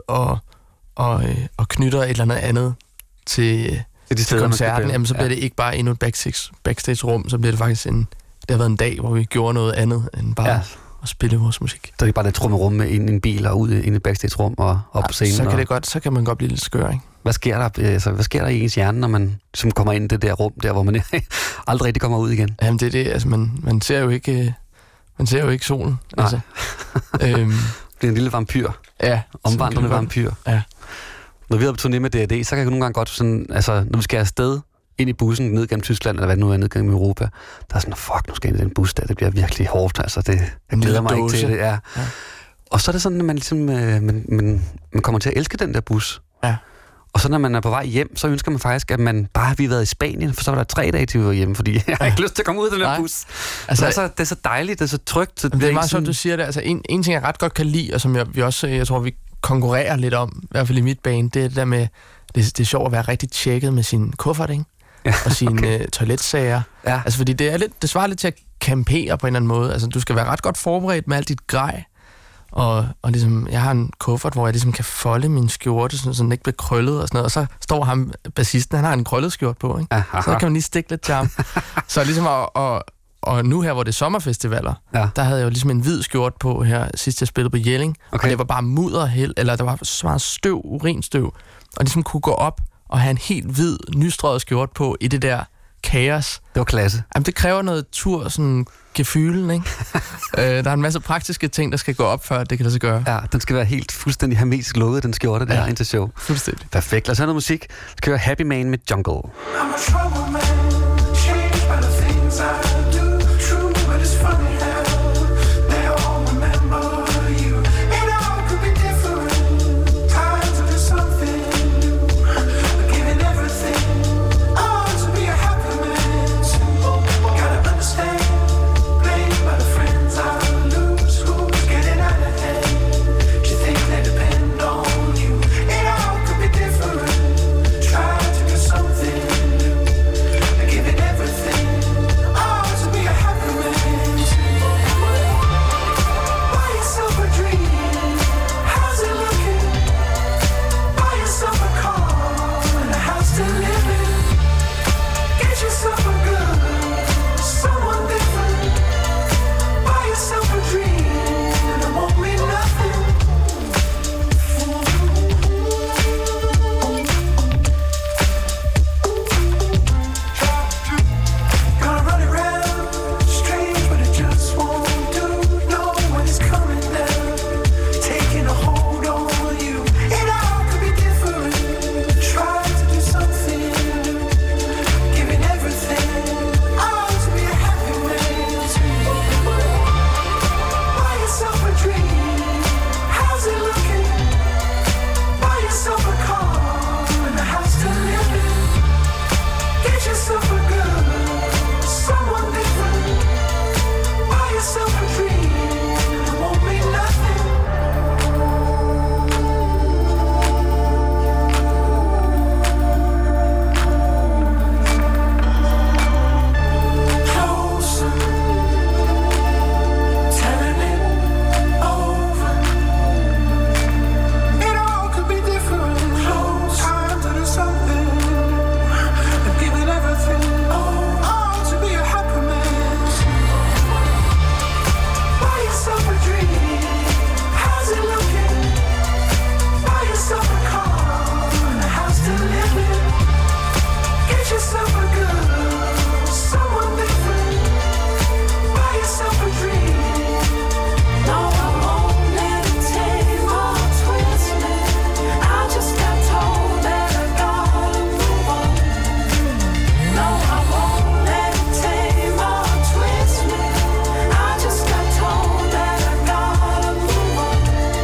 og knytter et eller andet til de steder, koncerten, jamen, så bliver det ikke bare endnu et backstage-rum, så bliver det faktisk det har været en dag, hvor vi gjorde noget andet end bare at spille vores musik. Så det er bare det trummerum med ind i en bil og ud ind i et backstage-rum og op på scenen. Så kan man godt blive lidt skør, ikke? Hvad sker der i ens hjerne, når man som kommer ind i det der rum, der hvor man aldrig rigtig kommer ud igen? Jamen det er det, altså man ser jo ikke solen. Altså. Det er en lille vampyr. Ja. Omvandrende vampyr. Ja. Når vi er på turné med D&D, så kan jeg nogle gange godt sådan, altså når vi skal afsted ind i bussen ned gennem Tyskland, eller hvad det nu er, ned gennem Europa, der er sådan, fuck, nu skal jeg ind i den bus der, det bliver virkelig hårdt, altså jeg glæder mig ikke til det. Ja. Og så er det sådan, at man ligesom, man kommer til at elske den der bus. Ja. Og så når man er på vej hjem, så ønsker man faktisk, at man bare har været i Spanien, for så var der 3 dage til vi var hjemme, fordi jeg har ikke lyst til at komme ud af den der bus. Altså, det er så dejligt, det er så trygt. Så det er meget sådan, du siger det. Altså en ting, jeg ret godt kan lide, og som jeg tror, vi konkurrerer lidt om, i hvert fald i mit bane, det er det der med, det er sjovt at være rigtig tjekket med sin kuffert, ikke? Ja, og sine toiletsager. Ja. Altså fordi det svarer lidt til at campere på en eller anden måde. Altså du skal være ret godt forberedt med alt dit grej. Og ligesom, jeg har en kuffert, hvor jeg ligesom kan folde min skjorte, så den ikke bliver krøllet og sådan noget. Og så står ham, bassisten, han har en krøllet skjort på, ikke? Så kan man lige stikke lidt til ham. Så ligesom, og nu her, hvor det er sommerfestivaler, der havde jeg jo ligesom en hvid skjort på her, sidst jeg spillede på Jelling. Okay. Og det var bare mudderhæld, eller der var så meget støv, urinstøv. Og ligesom kunne gå op og have en helt hvid, nystrøget skjort på i det der kaos. Det var klasse. Jamen, det kræver noget tur, sådan gefylen, ikke? Der er en masse praktiske ting, der skal gå op, før det kan lade sig gøre. Ja, den skal være helt fuldstændig hermetisk lukket, den skjorte der, indtil show. Fuldstændig. Perfekt. Lad os høre noget musik. Vi skal høre Happy Man med Jungle. I'm a trouble man, changed by the things I do. True, but it's funny how they all remember you. It all could be different. Time to do something new. Giving everything. Oh, to be a happy man. Gotta understand. Blamed by the friends I lose. Who's getting out of hand? Do you think they depend on you? It all could be different. Try to do something new. Giving everything. Oh, to be a happy man. Buy yourself a dream. How's it looking? Buy yourself a car and a house to live in. Get yourself a girl, someone different. Buy yourself a dream and it won't mean nothing. Gonna run it round, strange but it just won't do. Know when it's coming down, taking a hold on you. It all could be different. Try to do something new, giving everything. Oh, to be a happy man. Buy yourself a dream. How's it looking? Buy yourself a car and a house to live in. Get yourself a girl, someone different. Buy yourself a dream, it won't mean nothing. Closer, telling it over. It all could be different. Close, time to do something. I'm giving everything. Oh, to be a happy man. Buy yourself a dream. How's it looking? Buy yourself a car and a house to live in. Get yourself a girl, someone different. Buy yourself a dream. No, I won't let it take or twist me. I just got told that I gotta move on. No, I won't let it take or twist me. I just got told that I gotta move on.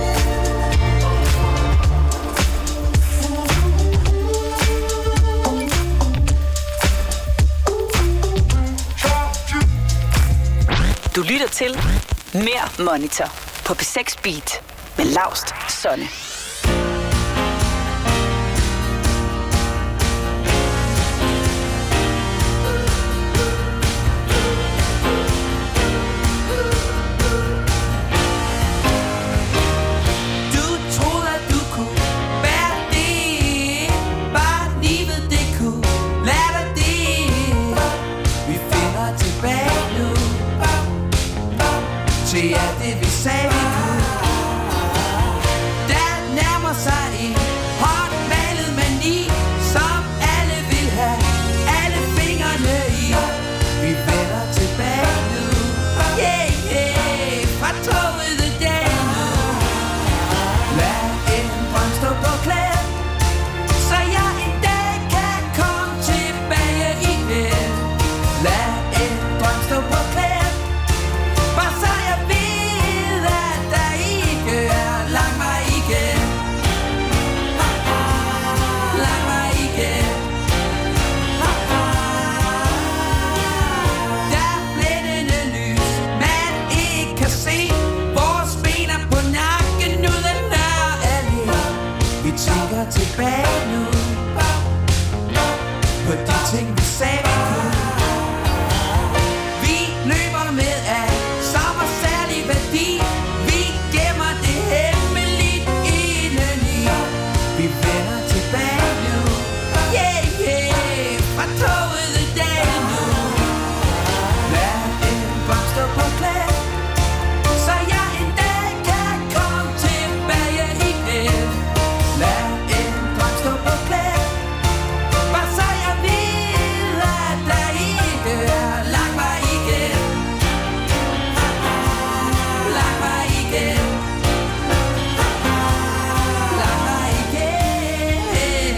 Du lytter til Mere Monitor på P6 Beat med Laust Sonne. Du troede, at du kunne bære det, bare livet det kunne lade dig det. Vi finder tilbage nu. til alt det vi sagde vi kunne. Der nærmer sig en hårdt malet mani, som alle vil have alle fingrene i. Vi vender tilbage nu, yeah, yeah, fra toget i dag nu. Lad en drøm stå på klæd, så jeg en dag kan komme tilbage igen. Lad en drøm stå på klæd, bare så jeg ved, at der ikke er lang vej igen. Lang vej igen. Der er blændende lys, man ikke kan se. Vores ben er på nakken uden nær allé. Vi tænker tilbage nu på de ting vi sagde vi kunne. Vi løber med af samme særlig værdi. Vi gemmer det hemmeligt indeni. Vi vender tilbage nu, yeah, yeah, fra toget i dag nu. Lad en drøm stå på klæd, så jeg en dag kan komme tilbage igen. Lad en drøm stå på klæd, bare så jeg ved, at der ikke er lang vej igen. Lang vej igen. Lang vej igen.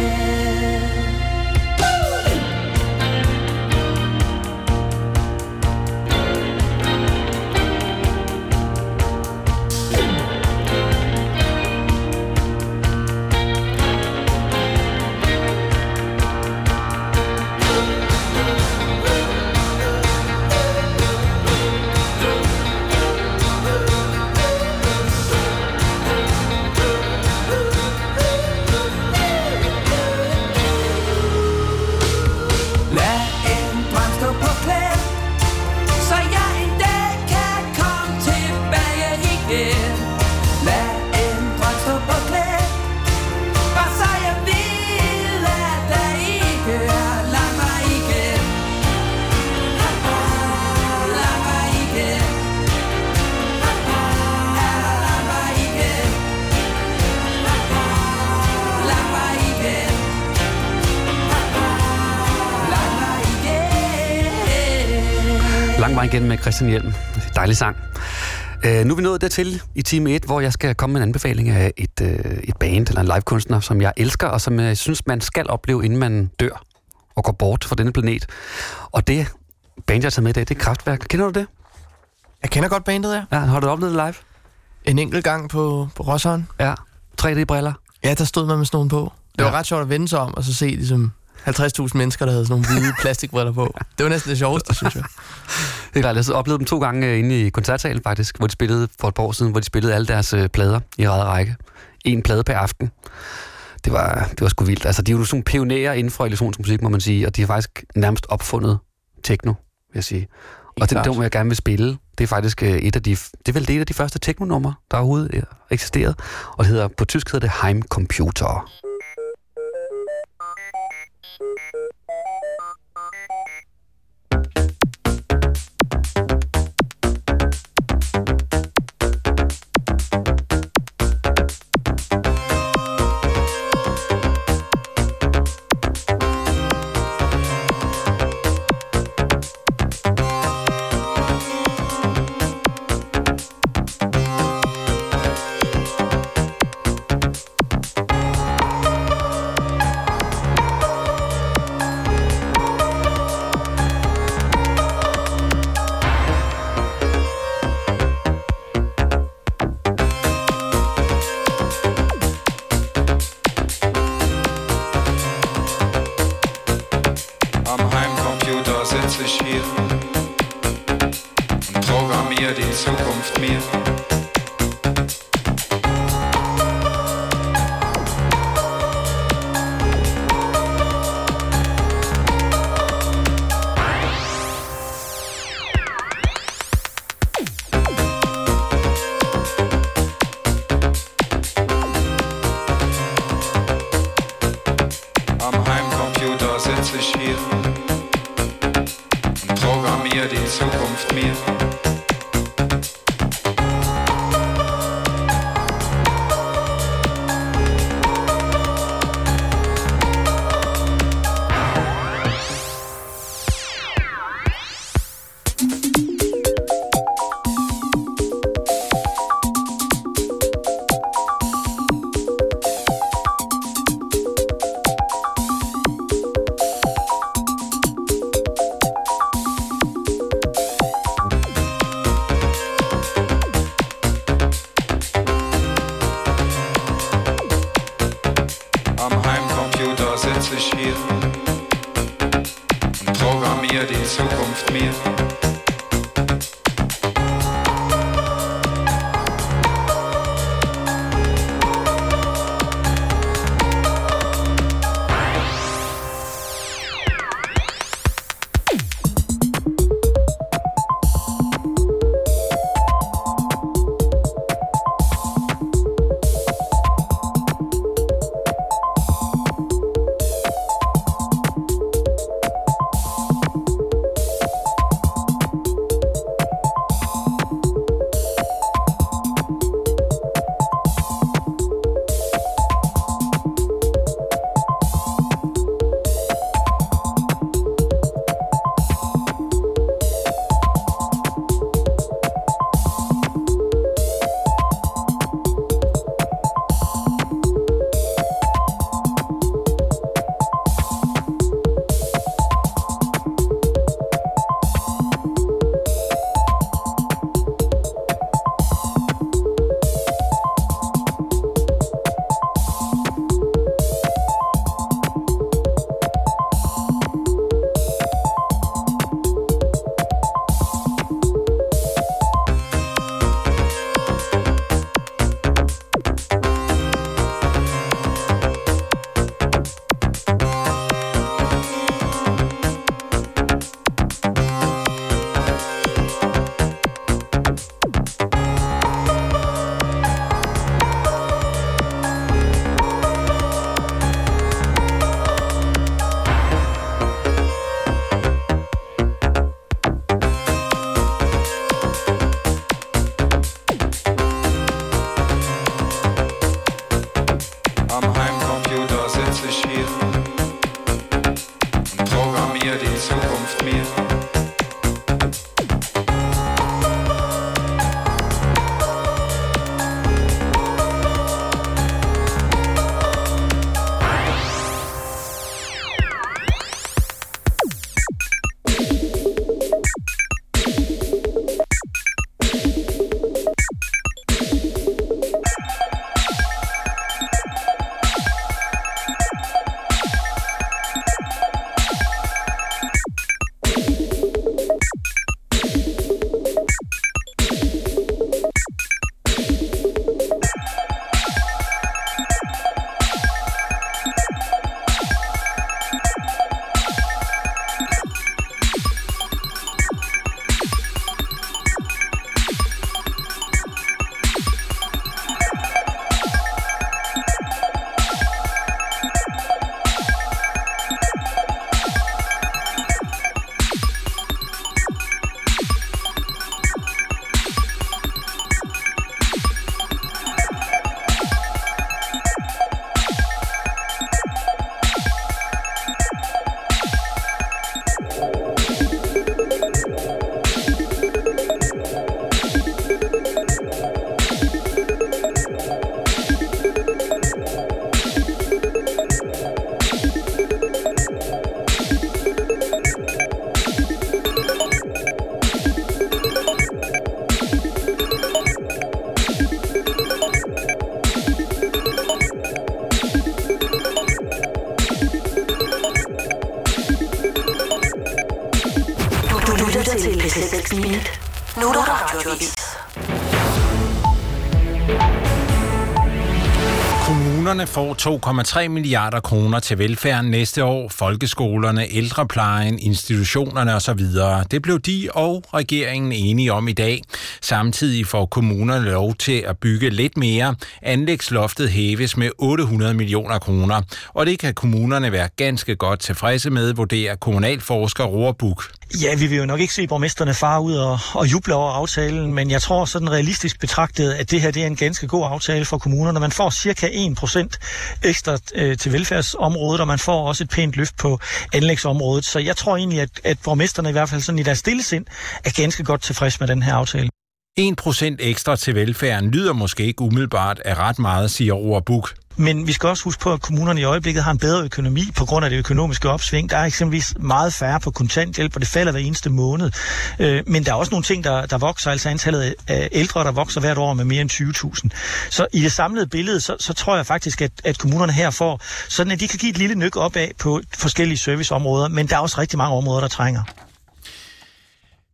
Lad en drøm stå på klæd, så jeg en dag kan komme tilbage igen. Lad en drøm stå på klæd, bare så jeg ved, at der ikke er lang vej igen. Lang vej igen. Er der lang vej igen? Lang vej igen. Lang vej igen med Christian Hjelm. Dejlig sang. Nu er vi nået dertil i time 1, hvor jeg skal komme med en anbefaling af et band eller en livekunstner, som jeg elsker, og som jeg synes, man skal opleve, inden man dør og går bort fra denne planet. Og det band, jeg har taget med i dag, det er Kraftwerk. Kender du det? Jeg kender godt bandet, ja. Ja, har du oplevet det live? En enkelt gang på Roshøjen. Ja. 3D-briller. Ja, der stod man med sådan nogle på. Det var ret sjovt at vende sig om, og så se ligesom 50.000 mennesker, der havde sådan nogle hvide plastikbriller på. Det var næsten det sjoveste, synes jeg. Det er klart, jeg har oplevet dem 2 gange inde i koncertsalen faktisk, hvor de spillede for et par år siden, hvor de spillede alle deres plader i ræd række. 1 plade per aften. Det var sgu vildt. Altså, de er jo sådan pionerer inden for elektronisk musik, må man sige, og de har faktisk nærmest opfundet techno, vil jeg sige. Og det må jeg gerne vil spille. Det er faktisk et af de første techno-numre, der overhovedet eksisterede. Og det hedder, på tysk hedder det Heimcomputer. Zukunft mir. Am Heimcomputer sitze ich hier und programmiere die Zukunft mir. din Zukunft mir. Nu er der radioavis. Kommunerne får 2,3 milliarder kroner til velfærden næste år. Folkeskolerne, ældreplejen, institutionerne osv. Det blev de og regeringen enige om i dag. Samtidig får kommunerne lov til at bygge lidt mere. Anlægsloftet hæves med 800 millioner kroner. Og det kan kommunerne være ganske godt tilfredse med, vurderer kommunalforsker Roar Buch. Ja, vi vil jo nok ikke se borgmesterne fare ud og juble over aftalen, men jeg tror sådan realistisk betragtet, at det her det er en ganske god aftale for kommunerne. Man får cirka 1% ekstra til velfærdsområdet, og man får også et pænt løft på anlægsområdet. Så jeg tror egentlig, at borgmesterne i hvert fald sådan i deres stillesind er ganske godt tilfreds med den her aftale. 1% ekstra til velfærden lyder måske ikke umiddelbart af ret meget, siger Roar Buch. Men vi skal også huske på, at kommunerne i øjeblikket har en bedre økonomi på grund af det økonomiske opsving. Der er eksempelvis meget færre på kontanthjælp, og det falder hver eneste måned. Men der er også nogle ting, der vokser, altså antallet af ældre, der vokser hvert år med mere end 20.000. Så i det samlede billede, så tror jeg faktisk, at kommunerne her får, sådan at de kan give et lille nyk opad på forskellige serviceområder, men der er også rigtig mange områder, der trænger.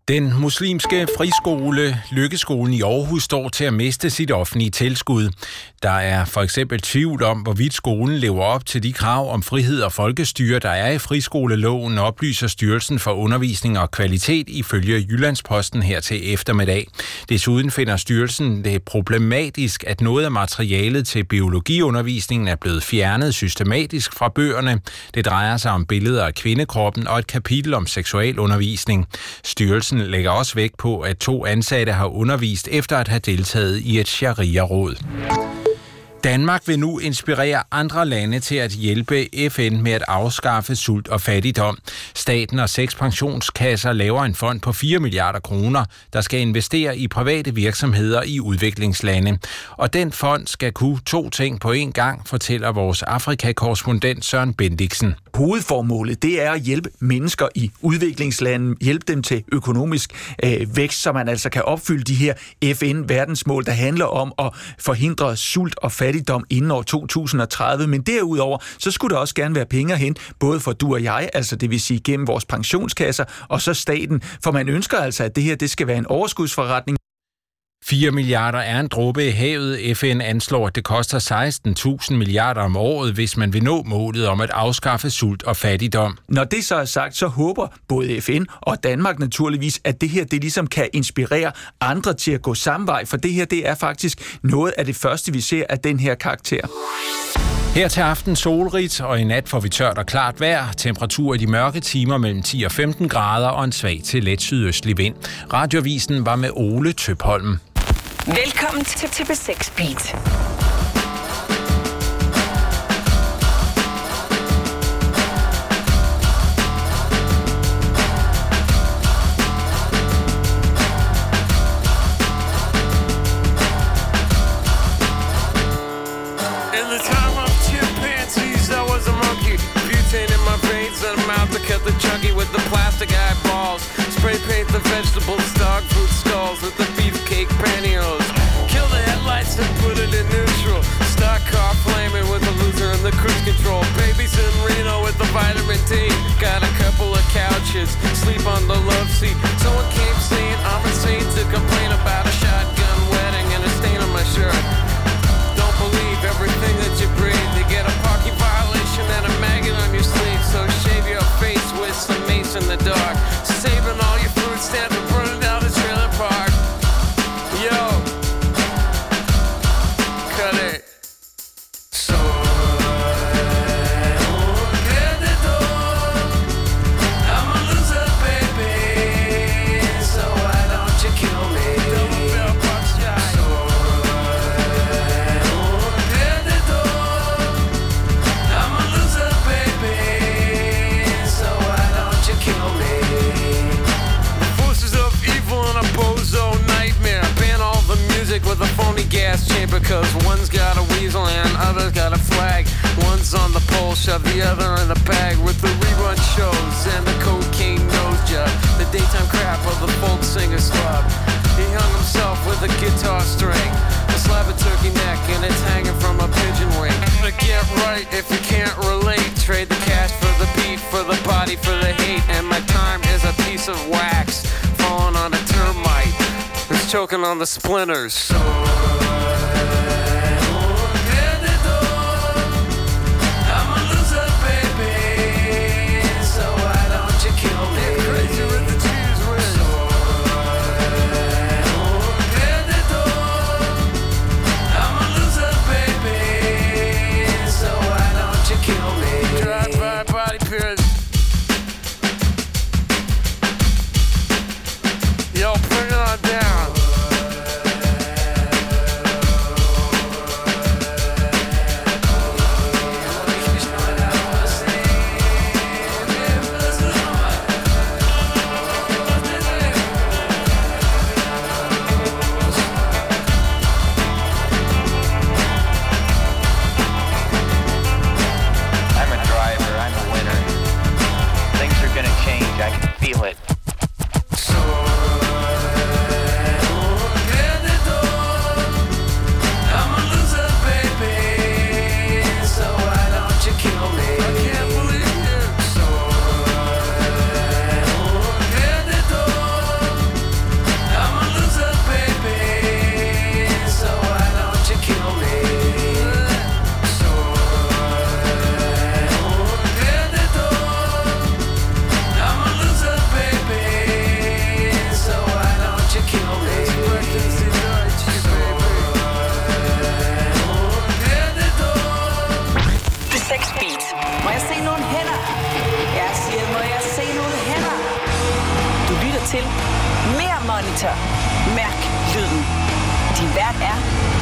Den muslimske friskole Lykkeskolen i Aarhus står til at miste sit offentlige tilskud. Der er for eksempel tvivl om, hvorvidt skolen lever op til de krav om frihed og folkestyre, der er i friskoleloven, oplyser Styrelsen for Undervisning og Kvalitet ifølge Jyllandsposten her til eftermiddag. Desuden finder styrelsen det problematisk, at noget af materialet til biologiundervisningen er blevet fjernet systematisk fra bøgerne. Det drejer sig om billeder af kvindekroppen og et kapitel om seksualundervisning. Styrelsen lægger også vægt på, at 2 ansatte har undervist efter at have deltaget i et sharia-råd. Danmark vil nu inspirere andre lande til at hjælpe FN med at afskaffe sult og fattigdom. Staten og 6 pensionskasser laver en fond på 4 milliarder kroner, der skal investere i private virksomheder i udviklingslande. Og den fond skal kunne 2 ting på én gang, fortæller vores Afrika-korrespondent Søren Bendiksen. Hovedformålet, det er at hjælpe mennesker i udviklingslande, hjælpe dem til økonomisk vækst, så man altså kan opfylde de her FN-verdensmål, der handler om at forhindre sult og fattigdom inden år 2030. Men derudover, så skulle der også gerne være penge hen, både for du og jeg, altså det vil sige gennem vores pensionskasser, og så staten. For man ønsker altså, at det her det skal være en overskudsforretning. 4 milliarder er en dråbe i havet. FN anslår, at det koster 16.000 milliarder om året, hvis man vil nå målet om at afskaffe sult og fattigdom. Når det så er sagt, så håber både FN og Danmark naturligvis, at det her det ligesom kan inspirere andre til at gå samme vej, for det her det er faktisk noget af det første, vi ser af den her karakter. Her til aften solrigt, og i nat får vi tørt og klart vejr. Temperatur i de mørke timer mellem 10 og 15 grader og en svag til let sydøstlig vind. Radioavisen var med Ole Tøpholm. Velkommen til TP6 Beat. Cut the chunky with the plastic eyeballs. Spray paint the vegetables, dog food stalls with the beefcake pantyhose. Kill the headlights and put it in neutral. Stock car flaming with the loser and the cruise control. Babies in Reno with the vitamin D. Got a couple of couches, sleep on the love seat. Someone came saying I'm insane to complain about a shotgun wedding and a stain on my shirt. Don't believe everything that you breathe. You get a parking violation and a maggot on your sleeve. So shave your face with some mace in the dark. Saving all your food stamps and burning down the trailer park. Yo, cut it. So I'm a loser, baby. So why don't you kill me? With a phony gas chamber, cause one's got a weasel and other's got a flag. One's on the pole, shove the other in the bag with the rerun shows and the cocaine nose job. The daytime crap of the folk singer slub. He hung himself with a guitar string, a slab of turkey neck, and it's hanging from a pigeon wing. To get right if you can't relate, trade the cash for the beat, for the body, for the hate. And my time is a piece of wax falling on a termite. It's choking on the splinters. So I'm a loser, baby. So why don't you kill me? Get crazy with the cheese whiz. So I'm a loser, baby. So why don't you kill me? Drive-by body pierce. Yo, bring it on down.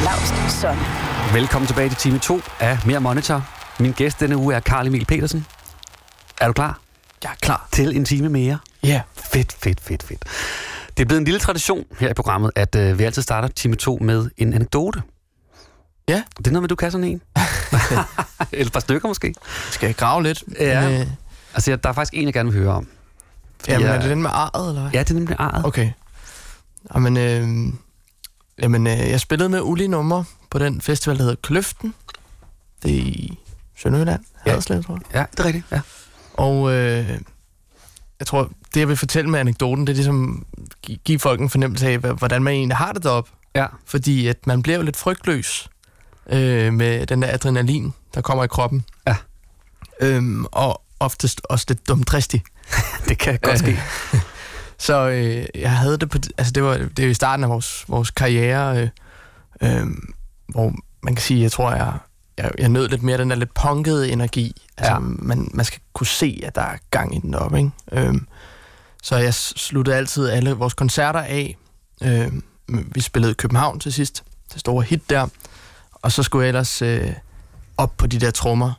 Laust Sonne. Velkommen tilbage til time 2 af Mere Monitor. Min gæst denne uge er Carl Emil Petersen. Er du klar? Jeg er klar. Til en time mere? Ja. Yeah. Fedt. Det er blevet en lille tradition her i programmet, at vi altid starter time 2 med en anekdote. Ja. Det er noget med, du kan sådan en. Eller et par stykker måske. Skal jeg grave lidt? Ja. Altså, der er faktisk en, jeg gerne vil høre om. Jamen, er det den med arret, eller hvad? Ja, det er nemlig arret. Okay. Jamen, jeg spillede med Uli nummer på den festival, der hedder Kløften. Det er i Sønderjylland. Haderslev, tror jeg. Ja, det er rigtigt, ja. Og jeg tror, det jeg vil fortælle med anekdoten, det er ligesom give folk en fornemmelse af, hvordan man egentlig har det deroppe. Ja. Fordi at man bliver jo lidt frygtløs med den der adrenalin, der kommer i kroppen. Ja. Og oftest også lidt dumdristig. Det kan godt ske. Så jeg havde det på... Altså, det er jo i starten af vores karriere, hvor man kan sige, jeg tror, jeg nød lidt mere den der lidt punkede energi. Altså, man skal kunne se, at der er gang i den op, ikke? Så jeg sluttede altid alle vores koncerter af. Vi spillede i København til sidst. Det store hit der. Og så skulle jeg ellers op på de der trommer.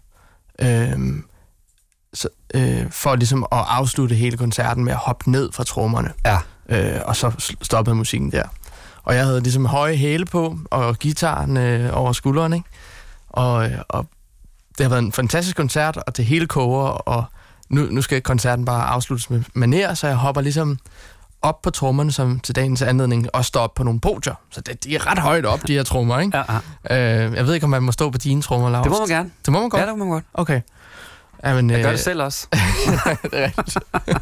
For ligesom at afslutte hele koncerten med at hoppe ned fra trommerne. Ja. Og så stoppede musikken der. Og jeg havde ligesom høje hæle på, og guitaren over skulderen, ikke? Og det har været en fantastisk koncert, og det hele koger, og nu skal koncerten bare afsluttes med manér, så jeg hopper ligesom op på trommerne, som til dagens anledning også står op på nogle podier. Så de er ret højt op, de her trommer, ikke? Ja. Jeg ved ikke, om man må stå på dine trommer, Laust. Det må man gerne. Det må man godt? Ja, det må man godt. Okay. Jamen, jeg gør det selv også. Det er rigtigt.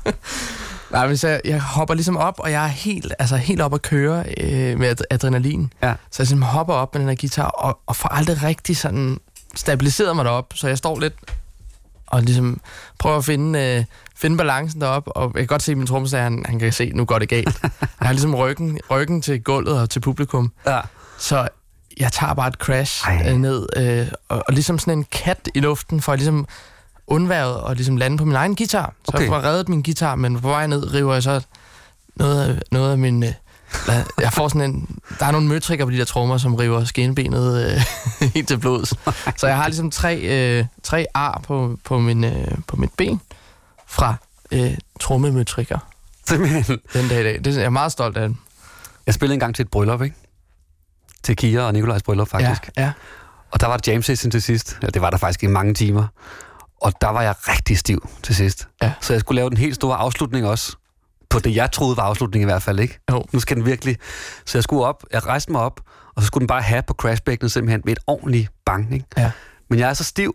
Nej, men så jeg hopper ligesom op, og jeg er helt op at køre med adrenalin. Ja. Så jeg simpelthen hopper op med den her guitar, og får aldrig rigtig sådan stabiliseret mig derop, så jeg står lidt og ligesom prøver at finde balancen deroppe, og jeg kan godt se, at min trommeslager, han kan se, nu går det galt. Jeg har ligesom ryggen til gulvet og til publikum. Ja. Så jeg tager bare et crash ned, og ligesom sådan en kat i luften, for at ligesom undværet og ligesom lande på min egen guitar. Så jeg får reddet min guitar, men på vej ned river jeg så noget af min... jeg får sådan en... Der er nogle møtrikker på de der trommer, som river skinbenet helt til blods. Så jeg har ligesom tre ar på mit ben fra trommemøtrikker. Simpelthen. Den dag i dag. Det er jeg meget stolt af den. Jeg spillede engang til et bryllup, ikke? Til Kira og Nikolajs bryllup, faktisk. Ja. Og der var det jam session til sidst. Ja, det var der faktisk i mange timer. Og der var jeg rigtig stiv til sidst. Ja. Så jeg skulle lave den helt store afslutning også. På det, jeg troede var afslutning i hvert fald, ikke? Jo. Nu skal den virkelig... Så jeg skulle op, jeg rejste mig op, og så skulle den bare have på crashbækkenet simpelthen med et ordentligt bang, ikke? Ja. Men jeg er så stiv,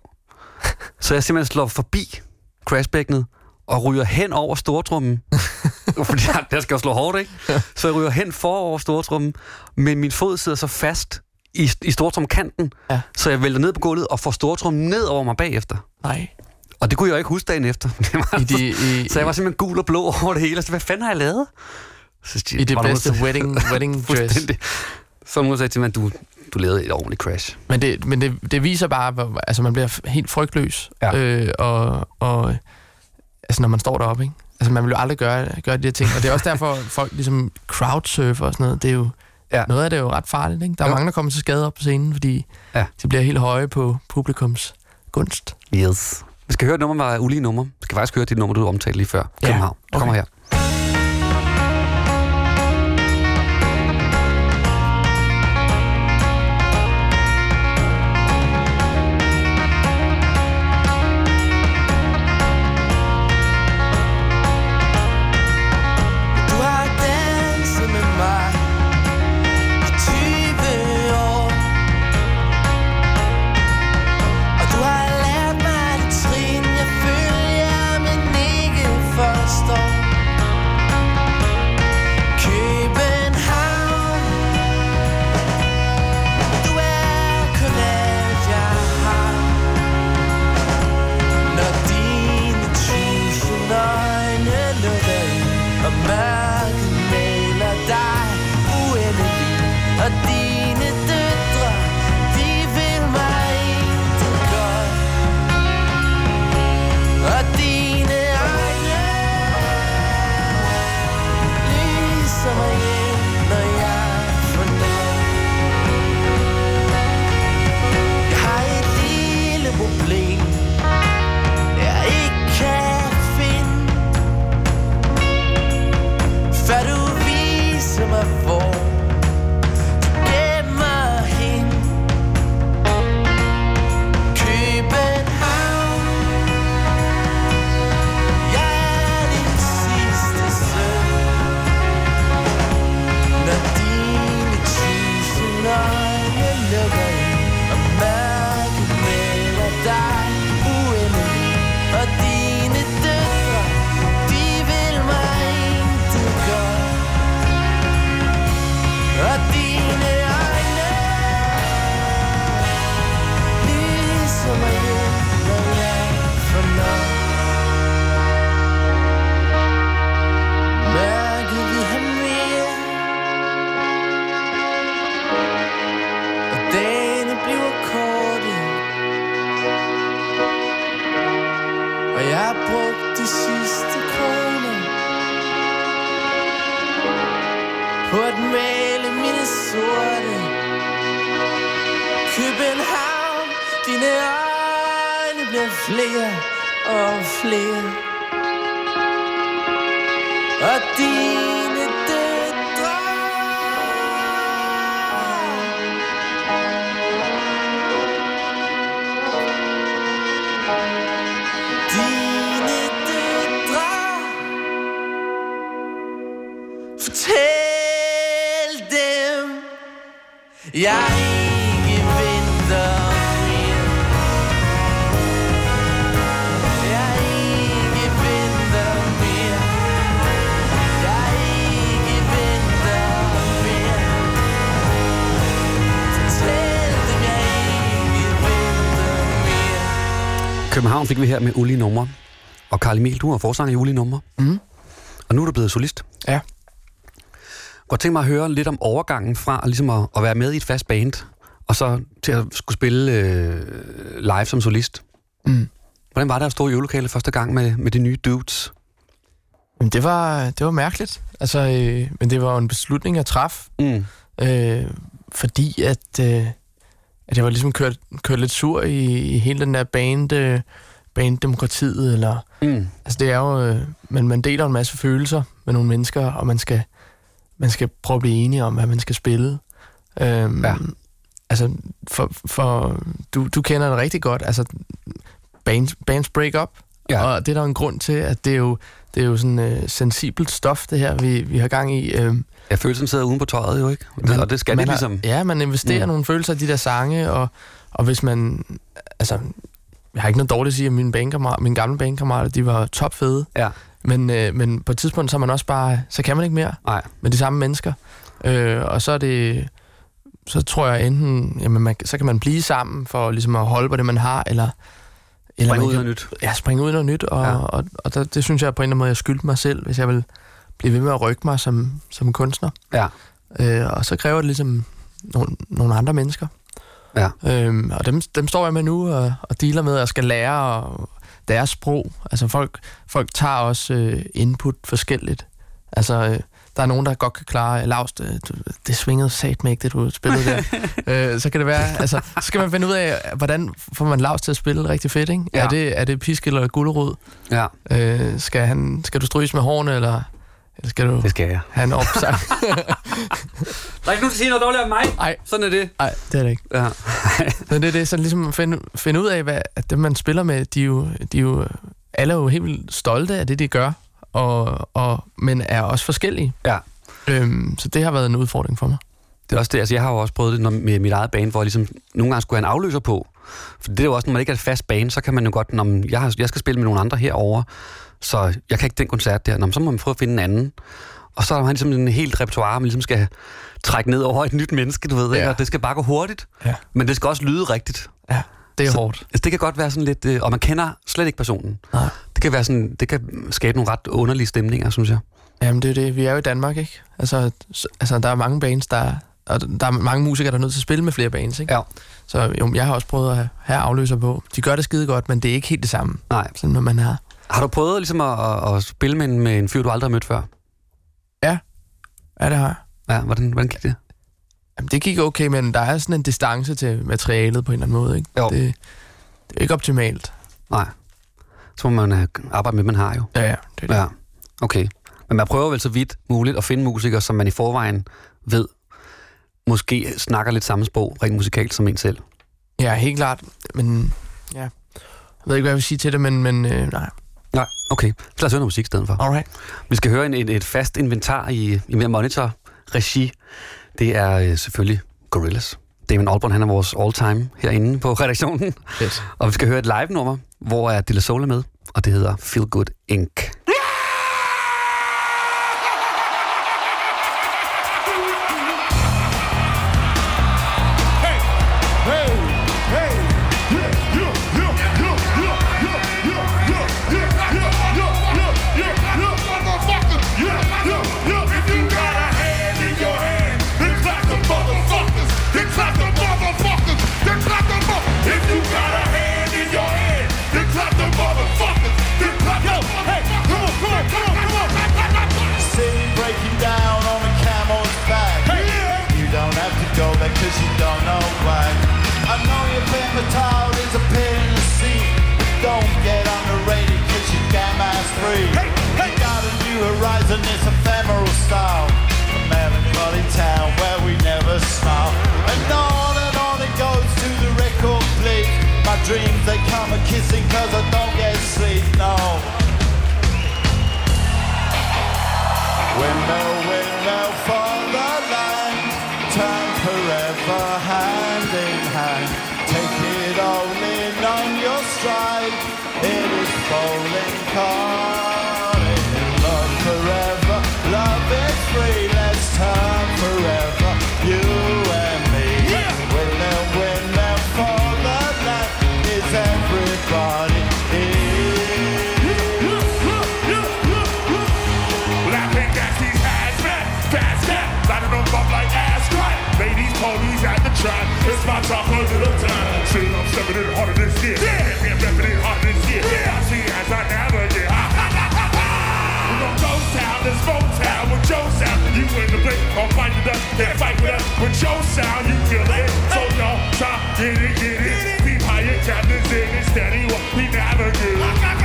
så jeg simpelthen slår forbi crashbækkenet og ryger hen over stortrummen. Fordi jeg skal jo slå hårdt, ikke? Så jeg ryger hen over stortrummen, men min fod sidder så fast i stortrumkanten, så jeg vælter ned på gulvet og får stortrummen ned over mig bagefter. Nej. Og det kunne jeg ikke huske dagen efter. Så jeg var simpelthen gul og blå over det hele. Så hvad fanden har jeg lavet? I det bedste wedding dress. Så må du sige til mig, at du lavede et ordentligt crash. Men det viser bare, altså man bliver helt frygtløs. Ja. Og altså når man står deroppe, ikke? Altså man vil jo aldrig gøre de her ting. Og det er også derfor, folk ligesom crowdsurfer og sådan noget. Det er jo noget af det er jo ret farligt, ikke? Der er mange, der kommer til skade op på scenen, fordi de bliver helt høje på publikums gunst. Yes. Vi skal høre et nummer, der er ulige nummer. Vi skal faktisk høre dit nummer, du omtalte lige før. København. Okay. Kommer her. Forstår Jeg har brugt de sidste kroner på at male mine sorte. København, dine øjne bliver flere og flere. Og dine døtre. Dine døtre. Fortæl dem, jeg ikke venter mere. Jeg ikke venter mere. Jeg ikke venter mere. Fortæl dem, jeg ikke venter mere. København fik vi her med ulige numre. Og Carl Emil, du er forsanger i ulige numre. Mm. Og nu er du blevet solist. Ja. Godt tænke mig at høre lidt om overgangen fra ligesom at være med i et fast band, og så til at skulle spille live som solist. Mm. Hvordan var det at stå i øvelokalet første gang med de nye dudes? Men det var mærkeligt. Altså, men det var jo en beslutning at træffe. Mm. Fordi at jeg var ligesom kørt lidt sur i hele den der banddemokratiet, eller... Mm. Altså, det er jo... man deler en masse følelser med nogle mennesker, og man skal prøve at blive enige om, hvad man skal spille. Ja. Altså, du kender det rigtig godt. Altså, bands break up, ja. Og det er der en grund til, at det er jo sådan sensibelt stof, det her, vi har gang i. Følelsen sidder uden på tøjet jo, ikke? Og det skal det ligesom... Ja, man investerer nogle følelser i de der sange, og hvis man... Altså, jeg har ikke noget dårligt at sige, at mine gamle bandkammerater, de var topfede. Ja. Men på et tidspunkt, så er man også bare... Så kan man ikke mere. Nej. Med de samme mennesker. Og så er det... Så tror jeg enten... Jamen, så kan man blive sammen for ligesom at holde på det, man har, eller springe ud i noget nyt. Ja, springe ud i noget nyt. Og det synes jeg på en eller anden måde, jeg skyldte mig selv, hvis jeg vil blive ved med at rykke mig som kunstner. Ja. Og så kræver det ligesom nogle andre mennesker. Ja. Og dem står jeg med nu og dealer med, og skal lære deres sprog. Altså folk tager også input forskelligt. Altså der er nogen, der godt kan klare Laus, det svingede satme ikke, det du spillede der. Så kan det være, altså så skal man finde ud af, hvordan får man Laus til at spille rigtig fedt, ikke? Ja. Er det pisk eller gulerod? Ja. Skal du stryges med hårene, eller skal du... Det skal jeg. have en opsang? Der er ikke nogen, der siger noget dårligt om mig. Nej. Sådan er det. Nej, det er det ikke. Ja. Men det er det, så ligesom finde ud af, at dem, man spiller med, de er jo alle er jo helt vildt stolte af det, de gør, men er også forskellige. Ja. Så det har været en udfordring for mig. Det er også det, altså jeg har jo også prøvet det med mit eget band, hvor jeg ligesom nogle gange skulle have en afløser på. For det er jo også, når man ikke er et fast band, så kan man jo godt, når jeg skal spille med nogle andre herover, så jeg kan ikke den koncert der, så må man prøve at finde en anden. Og så har man ligesom en helt repertoire, man ligesom skal trække ned over et nyt menneske, du ved, ikke? Og det skal bare gå hurtigt, men det skal også lyde rigtigt. Ja, det er hårdt. Altså, det kan godt være sådan lidt, og man kender slet ikke personen. Nej. Det kan skabe nogle ret underlige stemninger, synes jeg. Jamen det er det, vi er jo i Danmark, ikke? Altså der er mange bands, og der er mange musikere, der er nødt til at spille med flere bands, ikke? Ja. Så jo, jeg har også prøvet at have afløser på. De gør det skide godt, men det er ikke helt det samme, sådan når man har. Har du prøvet ligesom at spille med en fyr, du aldrig har mødt før? Ja, det har jeg. Ja, hvordan gik det? Jamen, det gik okay, men der er sådan en distance til materialet på en eller anden måde, ikke? Jo. Det er ikke optimalt. Nej. Så må man arbejde med, man har jo. Ja, det er det. Ja, okay. Men man prøver vel så vidt muligt at finde musikere, som man i forvejen ved, måske snakker lidt samme sprog, rent musikalt som en selv. Ja, helt klart. Men ja, jeg ved ikke, hvad jeg vil sige til det, men nej. Nej, okay. Så lad os høre noget musik i stedet for. Alright. Vi skal høre et fast inventar i mere Monitor-regi. Det er selvfølgelig Gorillaz. Damon Albarn, han er vores all-time herinde på redaktionen. Yes. Og vi skal høre et live-nummer, hvor er De La Soul med, og det hedder Feel Good Inc. If you got a hand in your hand, then clap the motherfuckers. they come a kissing cause I don't get sleep, no. Windmill for the land, turn forever hand in hand. Take it all in on your stride, it is falling calling. Love forever, love is free, let's turn forever, you and me. Windmill for the land, is everybody here? Ladies, ponies at the track. It's my talk a little time. See, I'm stepping it harder this year. Yeah, I'm repping it harder this year. Yeah, I see as I navigate. We gon' go town, this Motown with Joe sound. You in the blink, I'll fight with us. Yeah, fight with us. With Joe sound, you kill it. So y'all try, get it, get it. Be higher, captains in it, steady, we navigate.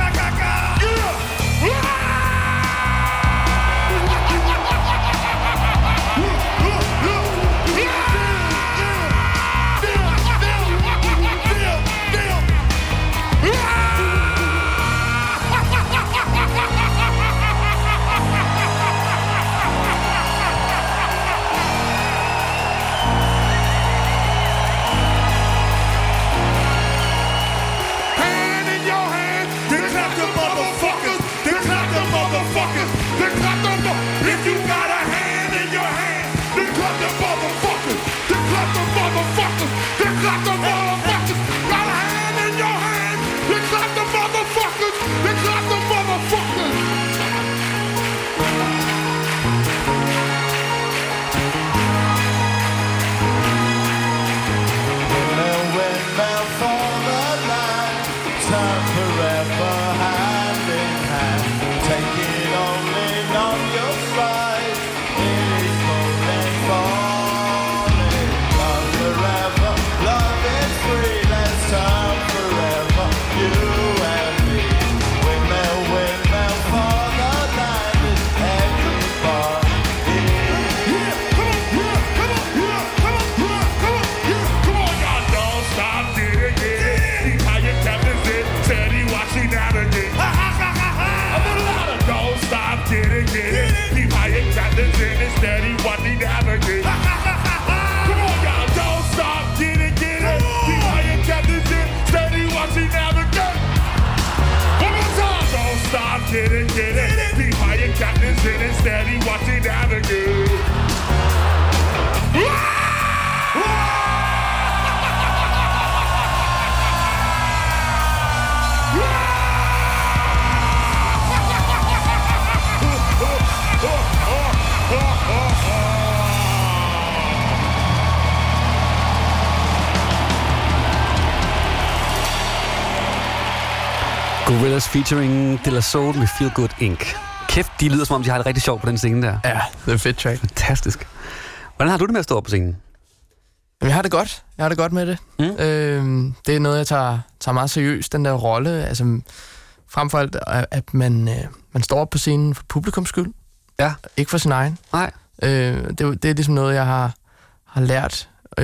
Gorillaz featuring De La Soul med Feel Good Inc. Kæft, de lyder som om, de har det rigtig sjovt på den scene der. Ja, det er fedt track. Fantastisk. Hvordan har du det med at stå op på scenen? Jamen, jeg har det godt. Jeg har det godt med det. Det er noget, jeg tager meget seriøst, den der rolle. Altså, frem for alt, at man står op på scenen for publikums skyld. Ja. Ikke for sin egen. Nej. Det er ligesom noget, jeg har lært.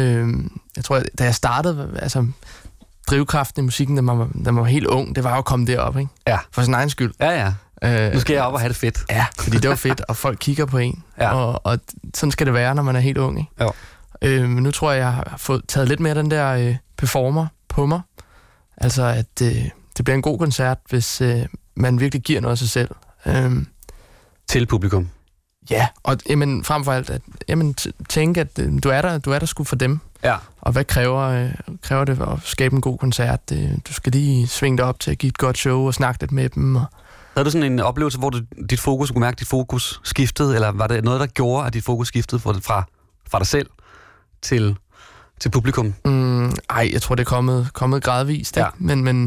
Jeg tror, da jeg startede, altså drivkraften i musikken, da man var helt ung, det var jo at komme derop, ikke? Ja. For sin egen skyld. Ja. Nu skal jeg op og have det fedt. Ja, fordi det var fedt, og folk kigger på en. Ja. Og sådan skal det være, når man er helt ung, ikke? Jo. Men nu tror jeg har fået taget lidt mere den der performer på mig. Altså, at det bliver en god koncert, hvis man virkelig giver noget af sig selv. Til publikum. Ja, og jamen, frem for alt, at tænke, at du er der sgu for dem. Ja. Og hvad kræver det at skabe en god koncert? Du skal lige svinge dig op til at give et godt show og snakke lidt med dem. Havde du sådan en oplevelse, hvor dit fokus skiftede, eller var det noget, der gjorde, at dit fokus skiftede fra dig selv til publikum? Ej, jeg tror, det er kommet gradvist. Ja.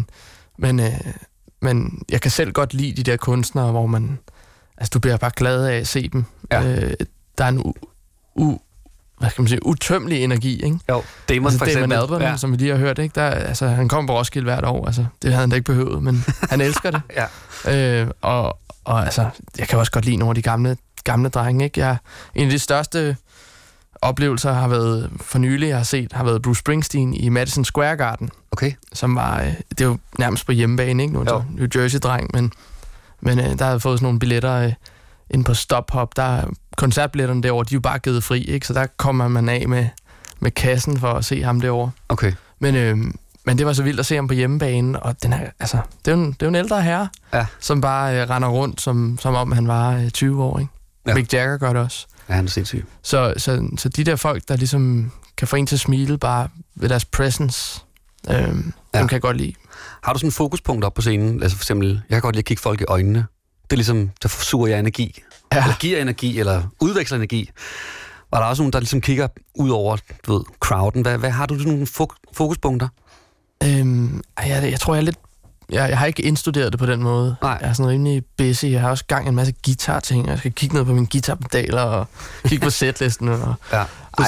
Men jeg kan selv godt lide de der kunstnere, hvor man... Altså, du bliver bare glad af at se dem. Ja. Der er en utømmelig energi, ikke? Jo, Damon for eksempel. Damon Albarn, som vi lige har hørt, ikke? Han kommer på Roskilde hvert år, altså. Det havde han da ikke behøvet, men han elsker det. Ja. Og altså, jeg kan også godt lide nogle af de gamle drenge, ikke? En af de største oplevelser har været for nylig, jeg har været Bruce Springsteen i Madison Square Garden. Okay. Som var, det er jo nærmest på hjemmebane, ikke? Nu er New Jersey-dreng, men der havde fået sådan nogle billetter inde på StubHub. Der koncertbilletterne derovre, de er jo bare givet fri, ikke? Så der kommer man af med kassen for at se ham derovre. Okay. Men det var så vildt at se ham på hjemmebane, og det er jo en ældre herre, som bare render rundt, som om han var 20 år, ikke? Ja. Mick Jagger gør det også. Ja, han er sindssyg. Så de der folk, der ligesom kan få en til at smile bare ved deres presence, dem kan jeg godt lide. Har du sådan en fokuspunkt op på scenen? Altså for eksempel, jeg kan godt lide at kigge folk i øjnene. Det er ligesom, der suger jeg energi. Ja. Eller giver energi, eller udveksler energi. Og der er også nogen, der ligesom kigger ud over, du ved, crowden. Hvad har du sådan nogle fokuspunkter? Jeg tror, jeg er lidt... Jeg har ikke indstuderet det på den måde. Nej. Jeg er sådan rimelig busy. Jeg har også gang i en masse guitar-ting. Jeg skal kigge ned på mine guitarpedaler og kigge på setlisten. Og... Ja,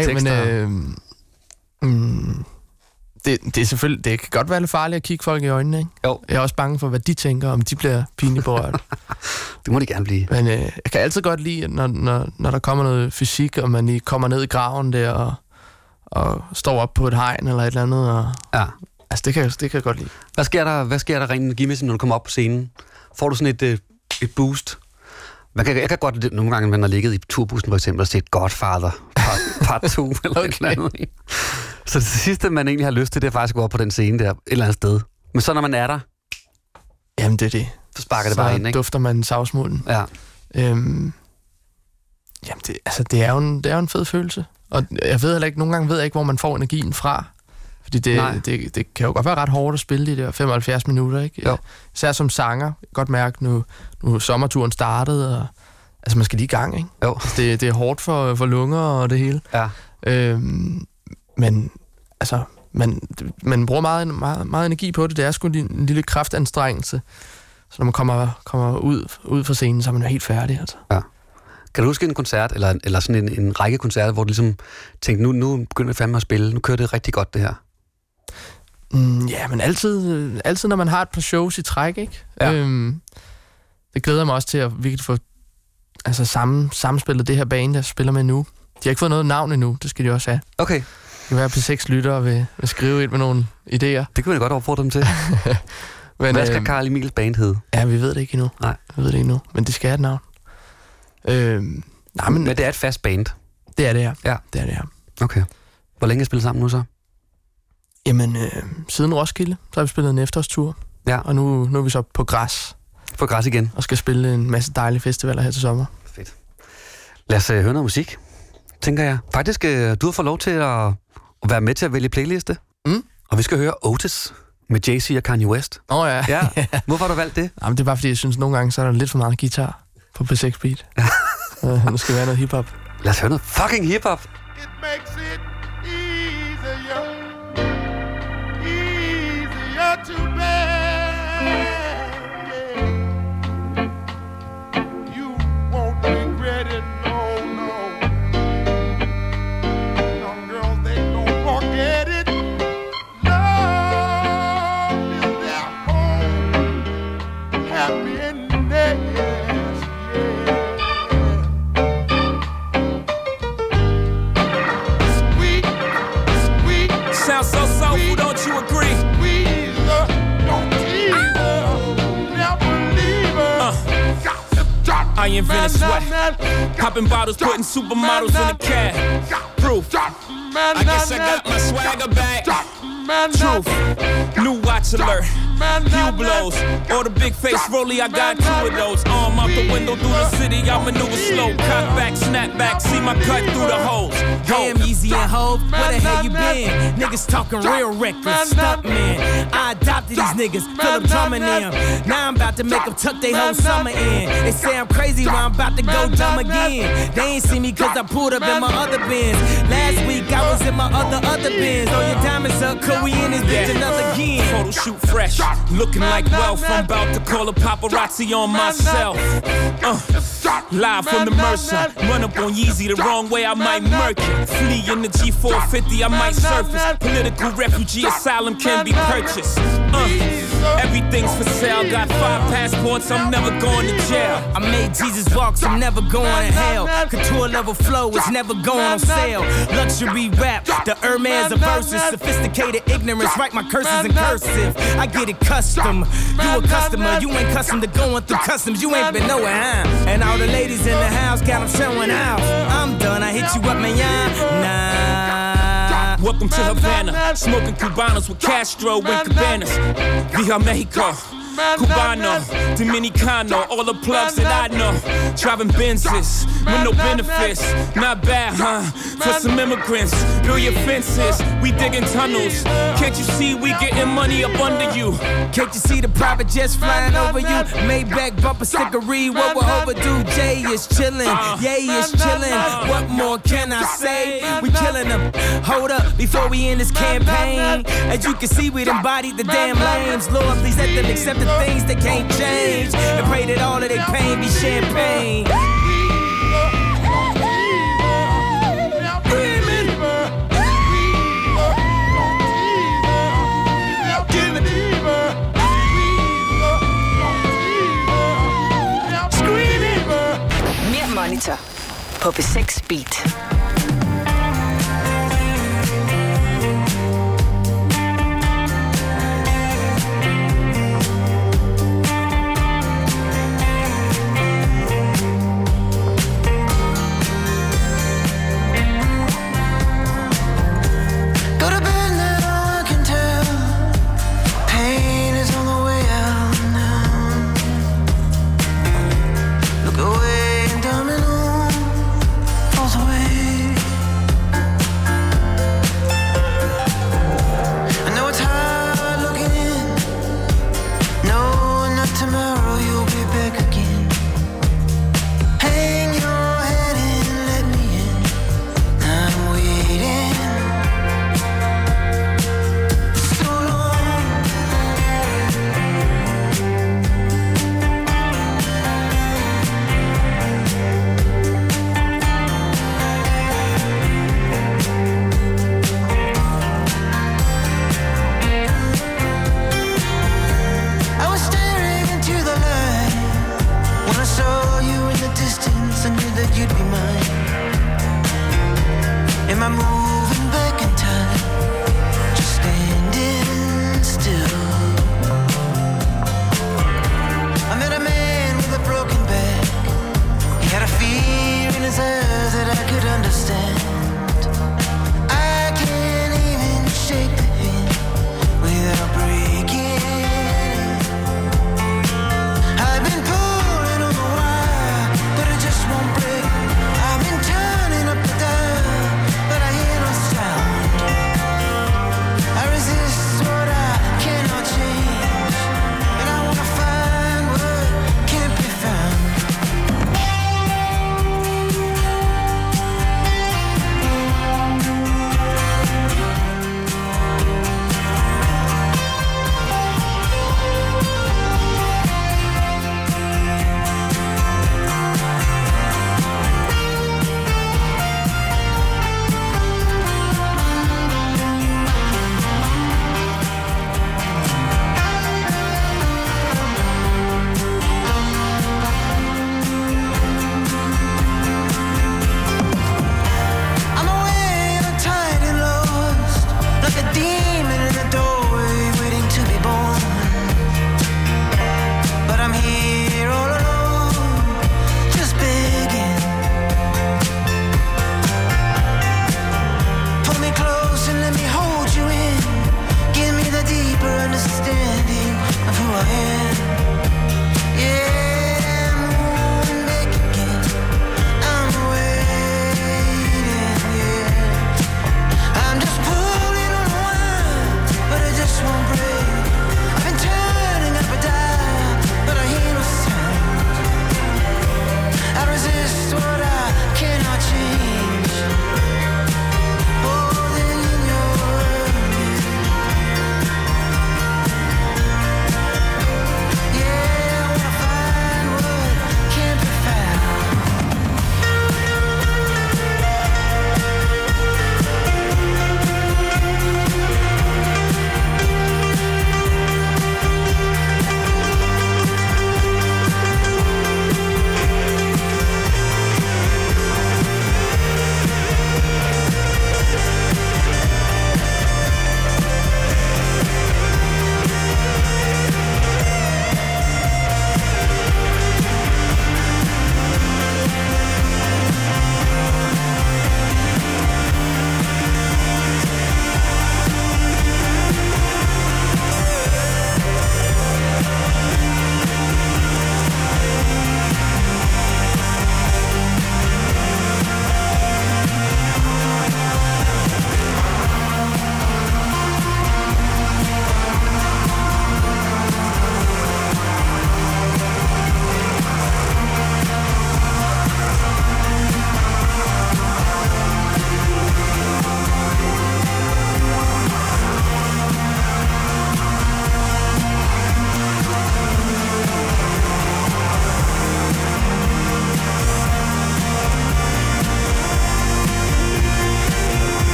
det er selvfølgelig... Det kan godt være lidt farligt at kigge folk i øjnene, ikke? Jo. Jeg er også bange for, hvad de tænker, om de bliver pinligt berørt. Det må de gerne blive. Men jeg kan altid godt lide, når der kommer noget fysik, og man lige kommer ned i graven der og står op på et hegn eller et eller andet. Og... Ja. Altså, det kan jeg godt lide. Hvad sker der rent energimæssigt, når du kommer op på scenen? Får du sådan et boost? Jeg kan godt lide nogle gange, man har ligget i turbussen for eksempel og set Godfather part 2 eller et eller andet. Så det sidste, man egentlig har lyst til, det er faktisk at gå op på den scene der et eller andet sted. Men så når man er der... Jamen, det er det. Så sparker det bare ind, ikke? Så dufter man savsmulden. Ja. Jamen, det er jo en fed følelse. Og jeg ved heller ikke, nogle gange ved jeg ikke, hvor man får energien fra. Fordi det kan jo godt være ret hårdt at spille de der 75 minutter, ikke? Jo. Især som sanger. Godt mærke, nu sommerturen startede, og altså man skal lige i gang, ikke? Jo. Altså, det er hårdt for lunger og det hele. Ja. Men altså, man bruger meget energi på det. Det er sgu en lille kraftanstrengelse. Så når man kommer ud fra scenen, så er man jo helt færdig, altså. Ja. Kan du huske en koncert, eller sådan en række koncerter, hvor du ligesom tænkte, nu begynder vi fandme at spille, nu kører det rigtig godt, det her? Ja, men altid når man har et par shows i træk, ikke? Ja. Det glæder mig også til at virkelig få sammenspillet det her band, jeg spiller med nu. De har ikke fået noget navn endnu, det skal de også have. Okay. Det kan være på 6 lyttere vil skrive ind med nogle idéer. Det kan vi godt opfordre dem til. Men, hvad skal Carl Emils band hedde? Ja, vi ved det ikke endnu. Nej. Vi ved det ikke endnu, men det skal have et navn. Men det er et fast band? Det er det, ja. Ja. Det er det, ja. Okay. Hvor længe har I spillet sammen nu så? Jamen, siden Roskilde, så har vi spillet en efterårstur. Ja. Og nu er vi så på græs. På græs igen? Og skal spille en masse dejlige festivaler her til sommer. Fedt. Lad os høre noget musik, tænker jeg. Faktisk, du har fået lov til at være med til at vælge playliste. Og vi skal høre Otis med Jay-Z og Kanye West. Ja. Ja. Hvorfor har du valgt det? Jamen, det er bare fordi, jeg synes, nogle gange så er der lidt for meget guitar på P6 Beat. Nu skal være noget hiphop. Lad os høre noget fucking hiphop. It makes it easier to bear. You won't regret it, no. Young girls, they don't forget it. Love is their home, happiness, Sounds so soulful, don't you agree? I invented sweat, popping bottles, putting supermodels in the cab. Proof. I guess I got my swagger back. Truth. New watch alert. Hublows. Or the big face rollie, I got 2 of those. Arm out the window through the city, I maneuver slow. Cut back, snap back, see my cut through the holes. Damn, Easy and Hov, where the hell you been? Niggas talking real reckless, stunt man. I adopted these niggas, Philip drumming them. Now I'm about to make them tuck they whole summer in. They say I'm crazy, but I'm about to go dumb again. They ain't see me cause I pulled up in my other bins. Last week I was in my other bins. Throw your diamonds up, cause we in this bitch another again. Photo shoot fresh, looking like wealth. I'm about to call a paparazzi on myself. Live from the Mercer, run up on Yeezy the wrong way, I might murk it. Flee in the G450, I might surface. Political refugee asylum can be purchased. Everything's for sale. Got 5 passports, I'm never going to jail. I made Jesus walks, I'm never going to hell. Couture level flow is never going on sale. Luxury rap, the Hermes of verses. Sophisticated ignorance, write my curses in cursive. I get it custom. You a customer, you ain't custom to going through customs. You ain't been nowhere, huh? And all the ladies in the house got them showing out. I'm done, I hit you up, man, nah. Welcome to Havana, smoking Cubanos with Castro and Cabanas. Via Mexico, Cubano, Dominicano, all the plugs that I know. Driving Benzes with no benefits, not bad, huh? For some immigrants, build your fences, we digging tunnels. Can't you see we getting money up under you? Can't you see the private jets flying over you? Maybach bumper stickery, what we're overdue. Jay is chillin', Yay is chillin'. What more can I say? We killing them. Hold up, before we end this campaign. As you can see, we done bodied the damn lames. Lord, please let them accept the things they can't change, and pray that all of their pain be champagne. Mere Monitor på P6 Beat. Away, domino falls away.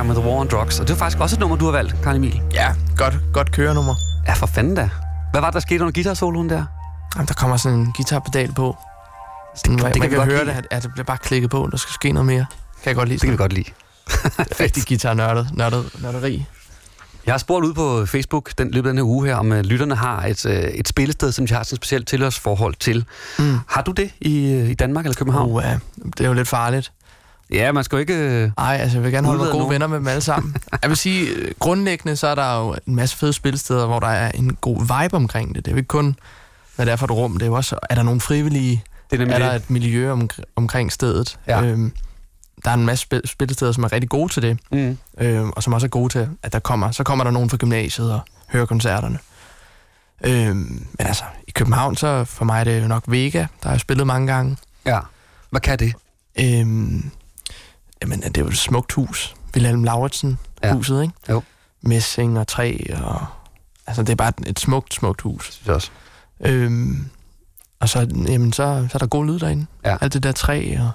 der med The War on Drugs. Og det var faktisk også et nummer, du har valgt, Carl Emil. Ja, godt kørenummer. Ja, for fanden da. Hvad var der skete under guitar-soloen der? Jamen, der kommer sådan en guitarpedal på. Sådan, man kan høre det, at det bliver bare klikket på, der skal ske noget mere. Kan jeg godt lide. Det kan vi godt lide. Rigtig guitar-nørderi. Jeg har spurgt ud på Facebook løbet af den her uge her, om lytterne har et spillested, som de har sådan et specielt tilhørsforhold til. Har du det i Danmark eller København? Det er jo lidt farligt. Ja, man skal jo ikke... Nej, altså jeg vil gerne holde mig gode venner med dem alle sammen. Jeg vil sige, grundlæggende så er der jo en masse fede spilsteder, hvor der er en god vibe omkring det. Det er jo ikke kun, hvad det er for et rum. Det er jo også, er der nogle frivillige... Er der et miljø omkring stedet? Ja. Der er en masse spilsteder, som er rigtig gode til det. Og som også er gode til, at så kommer der nogen fra gymnasiet og hører koncerterne. Men altså, i København, så for mig er det jo nok Vega, der har jeg spillet mange gange. Ja. Hvad kan det? Jamen, det er jo et smukt hus. Wilhelm Lauritsen-huset, ikke? Jo. Messing og træ og... Altså, det er bare et smukt hus. Det synes jeg også. Og så er der god lyd derinde. Ja. Alt det der træ og...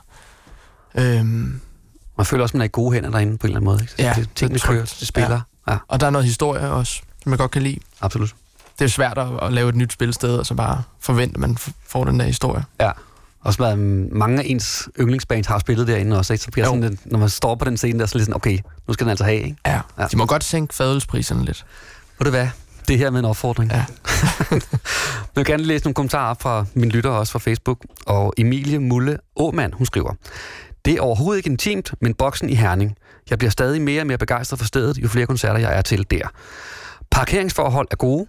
Man føler også, at man er i gode hænder derinde på en eller anden måde, ikke? Ja, tingene kører, det spiller. Ja. Og der er noget historie også, som jeg godt kan lide. Absolut. Det er svært at lave et nyt spilsted, og så bare forvente, at man får den der historie. Ja. Også været mange af ens yndlingsbands har spillet derinde også, ikke? Så bliver sådan lidt, når man står på den scene der, så lidt sådan, okay, nu skal den altså have, ikke? Ja. De må godt sænke fadelspriserne lidt. Ved du hvad? Det er her med en opfordring. Ja. Jeg vil gerne læse nogle kommentarer op fra mine lyttere også fra Facebook. Og Emilie Mulle Åmand, hun skriver: Det er overhovedet ikke intimt, men boksen i Herning. Jeg bliver stadig mere og mere begejstret for stedet, jo flere koncerter jeg er til der. Parkeringsforhold er gode.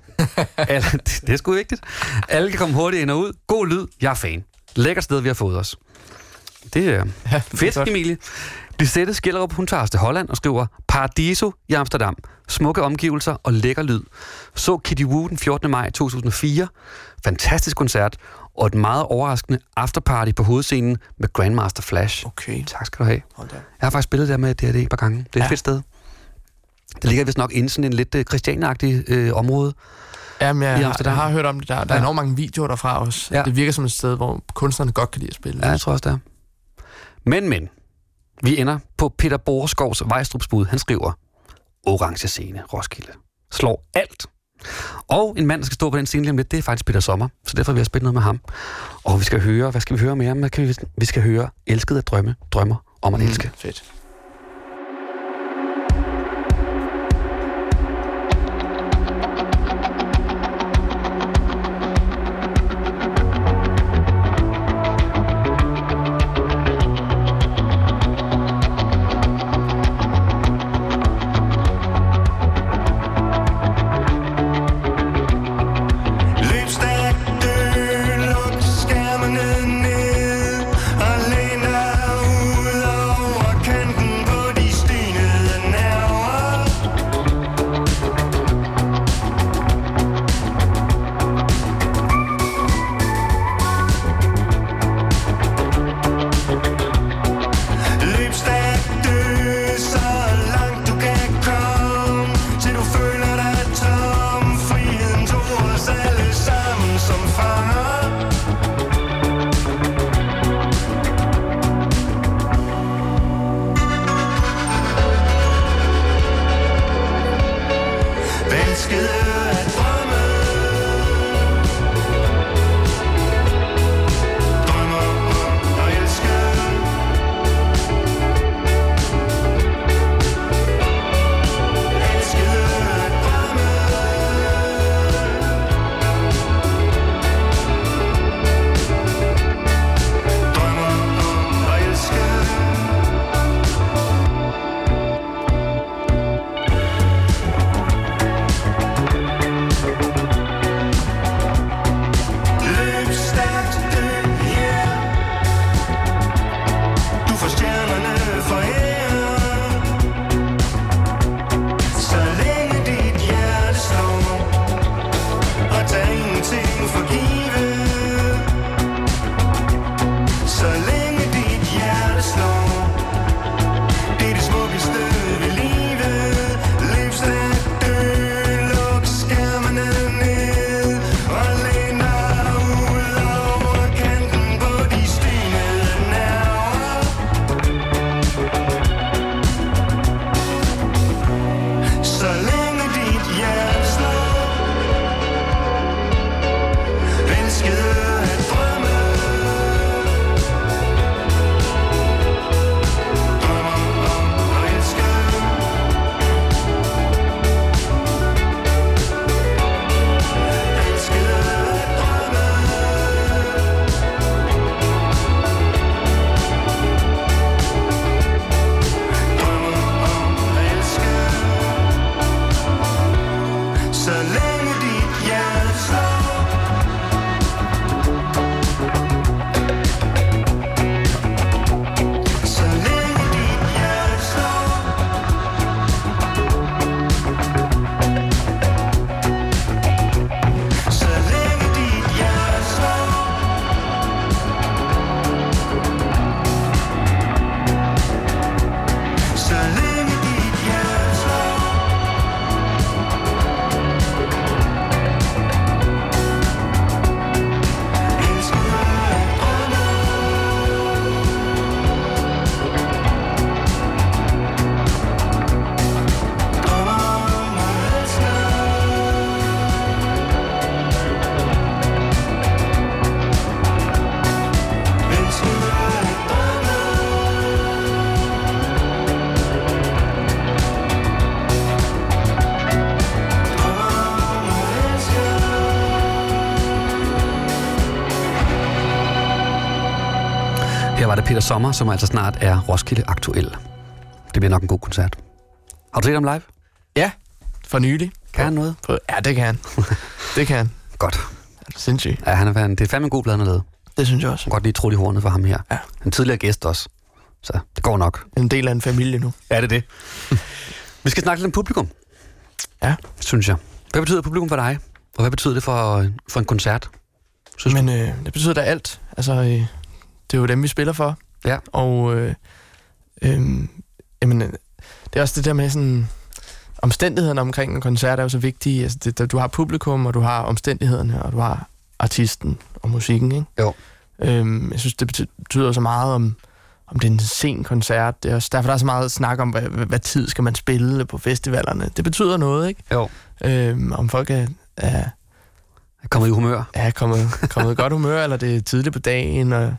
Det er sgu vigtigt. Alle kan komme hurtigt ind og ud. God lyd. Jeg er fan. Lækkert sted, vi har fået os. Det er fedt, Emilie. Lisette Skjellerup, hun tager os til Holland og skriver: Paradiso i Amsterdam. Smukke omgivelser og lækker lyd. Så Kitty Wu den 14. maj 2004. Fantastisk koncert og et meget overraskende afterparty på hovedscenen med Grandmaster Flash. Okay. Tak skal du have. Jeg har faktisk spillet der med DRD et par gange. Det er et fedt sted. Det ligger vist nok inde sådan en lidt Christiania-agtig område. Jamen, jeg har hørt om det. Der er enormt mange videoer derfra også. Ja. Det virker som et sted, hvor kunstnerne godt kan lide at spille. Ja, jeg tror også, det er. Men. Vi ender på Peter Boreskovs Vejstrupsbud. Han skriver: Orange scene, Roskilde. Slår alt. Og en mand, der skal stå på den scene lige om lidt, det er faktisk Peter Sommer. Så derfor vil jeg spille noget med ham. Og vi skal høre, hvad skal vi høre mere? Vi skal høre Elsket af drømme. Drømmer om at elske. Fedt. Skærmene ned og læner ud over kanten. Her var det Peter Sommer, som altså snart er Roskilde Aktuel. Det bliver nok en god koncert. Har du set ham live? Ja, for nylig. Kan han noget? Ja, det kan han. Det kan han. Godt. Sindssygt. Ja, det er fandme en god plade, han har lavet. Det synes jeg også. Jeg kan godt lige tro i hornet for ham her. Ja. En tidligere gæst også. Så det går nok. En del af en familie nu. Ja, det er det. Vi skal snakke lidt om publikum. Ja. Synes jeg. Hvad betyder publikum for dig? Og hvad betyder det for en koncert? Men det betyder da alt. Altså, det er jo dem, vi spiller for. Ja. Og jamen, det er også det der med sådan... Omstændighederne omkring en koncert er jo så vigtige. Altså, du har publikum, og du har omstændighederne, og du har artisten og musikken, ikke? Jo. Jeg synes, det betyder så meget om det er en sen koncert. Det er også derfor, der er så meget snak om, hvad tid skal man spille på festivalerne. Det betyder noget, ikke? Jo. Om folk er kommet i humør. Ja, kommet i godt humør, eller det er tidligt på dagen. Og,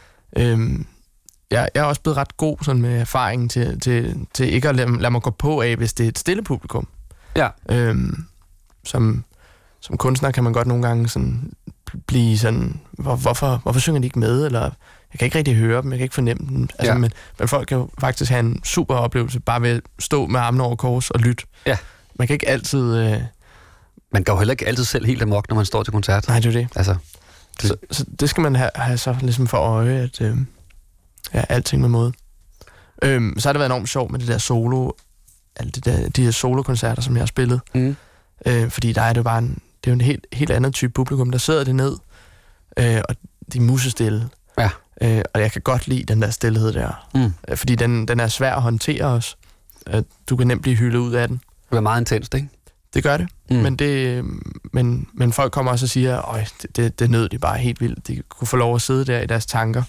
jeg er også blevet ret god sådan med erfaringen til ikke at lade mig gå på af, hvis det er et stille publikum. Ja. Som kunstner kan man godt nogle gange sådan blive sådan, hvorfor synger de ikke med, eller jeg kan ikke rigtig høre dem, jeg kan ikke fornemme dem. Altså, men folk kan jo faktisk have en super oplevelse, bare ved at stå med armene over kors og lytte. Ja. Man kan ikke altid... Man går jo heller ikke altid selv helt amok, når man står til koncert. Nej, det er det. Altså, så det skal man have så ligesom for øje, at alting med måde. Så har det været enormt sjovt med det der solo, de her solokoncerter, som jeg har spillet. Mm. Fordi der er det bare det er jo en helt anden type publikum, der sidder det ned, og de er musestille. Ja. Og jeg kan godt lide den der stillhed der. Fordi den er svær at håndtere også. Du kan nemt blive hyldet ud af den. Det er meget intenst, ikke? Det gør det. Men folk kommer også og siger, at det nød de bare helt vildt. De kunne få lov at sidde der i deres tanker.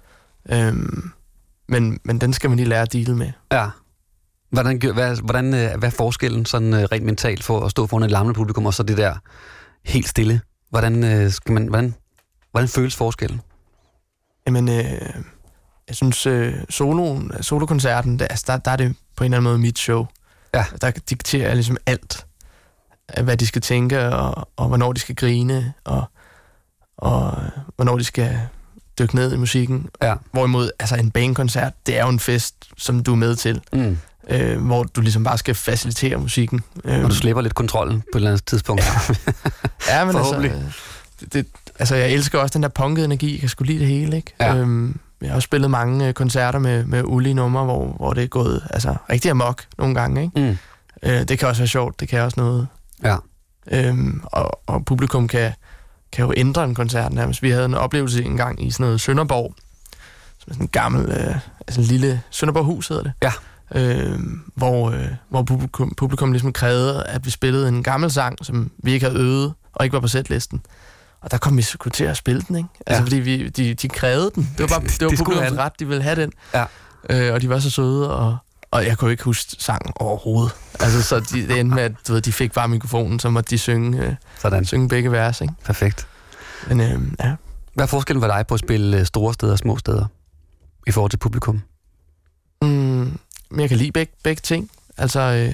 Men den skal man lige lære at deale med. Ja. Hvad er forskellen sådan rent mentalt for at stå foran et larmende publikum, og så det der helt stille? Hvordan føles forskellen? Jamen, jeg synes, solokoncerten, der er det på en eller anden måde mit show. Ja. Der dikterer jeg ligesom alt, hvad de skal tænke, og hvornår de skal grine, og hvornår de skal dykke ned i musikken. Ja. Hvorimod, altså en bandkoncert, det er jo en fest, som du er med til. Hvor du ligesom bare skal facilitere musikken. Og du slipper lidt kontrollen på et eller andet tidspunkt. Ja, men altså, jeg elsker også den der punkede energi. Jeg kan sgu lide det hele, ikke? Ja. Jeg har også spillet mange koncerter med ulige numre, hvor det er gået rigtig amok nogle gange, ikke? Det kan også være sjovt, det kan også noget. Ja. Og publikum kan jo ændre en koncert nærmest. Vi havde en oplevelse engang i sådan noget Sønderborg, som er sådan en gammel, en lille Sønderborg-hus hedder det. Ja. Hvor publikum ligesom krævede, at vi spillede en gammel sang, som vi ikke havde øvet, og ikke var på setlisten. Og der kom vi sgu til at spille den, ikke? Altså, fordi de krævede den. Det var publikums ret, de ville have den. Ja. Og de var så søde, og jeg kunne ikke huske sangen overhovedet. Altså, så det endte med, at de fik bare mikrofonen, så måtte de synge begge vers, ikke? Perfekt. Men ja. Hvad er forskellen for dig på at spille store steder og små steder i forhold til publikum? Jeg kan lide begge ting. Altså,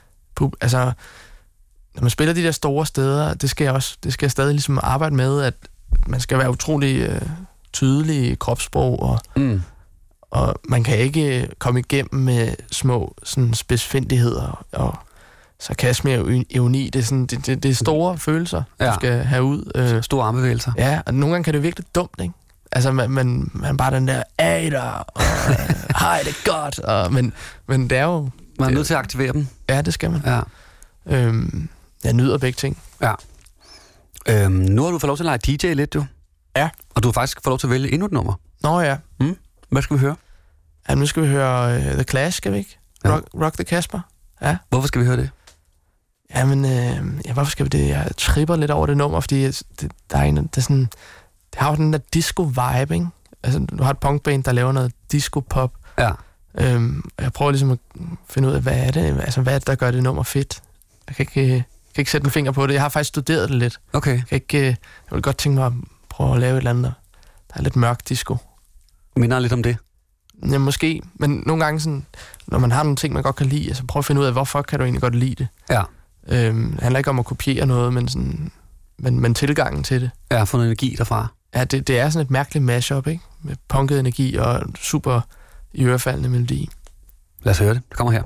når man spiller de der store steder, det skal jeg stadig ligesom arbejde med, at man skal være utrolig tydelig i kropssprog, og man kan ikke komme igennem med små sådan spidsfindigheder og sarkasme og ironi. Det er store følelser, du skal have ud. Store armbevægelser. Ja, og nogle gange kan det virkelig dumt, ikke? Altså, man bare den der, og hej, det er godt, men det er jo... Man er nødt til at aktivere dem. Ja, det skal man. Ja. Jeg nyder begge ting. Ja. Nu har du fået lov til at lege DJ lidt, jo. Ja. Og du har faktisk fået lov til at vælge endnu et nummer. Nå ja. Hvad skal vi høre? Ja, nu skal vi høre The Clash, skal vi ikke? Rock the Casbah. Ja. Hvorfor skal vi høre det? Jamen, hvorfor skal vi det? Jeg tripper lidt over det nummer, fordi det har jo den der disco-vibe, ikke? Altså, du har et punkband, der laver noget disco-pop. Ja. Jeg prøver ligesom at finde ud af, hvad er det? Altså, hvad er det, der gør det nummer fedt? Jeg kan ikke sætte en finger på det. Jeg har faktisk studeret det lidt. Okay. Jeg vil godt tænke mig at prøve at lave et eller andet, der er lidt mørk disco. Minder lidt om det? Ja, måske. Men nogle gange, sådan, når man har nogle ting, man godt kan lide, så prøv at finde ud af, hvorfor kan du egentlig godt lide det. Ja. Det handler ikke om at kopiere noget, men tilgangen til det. Ja, få noget energi derfra. Ja, det er sådan et mærkeligt mashup, ikke? med punket energi og super i ørefaldende melodi. Lad os høre det. Det kommer her.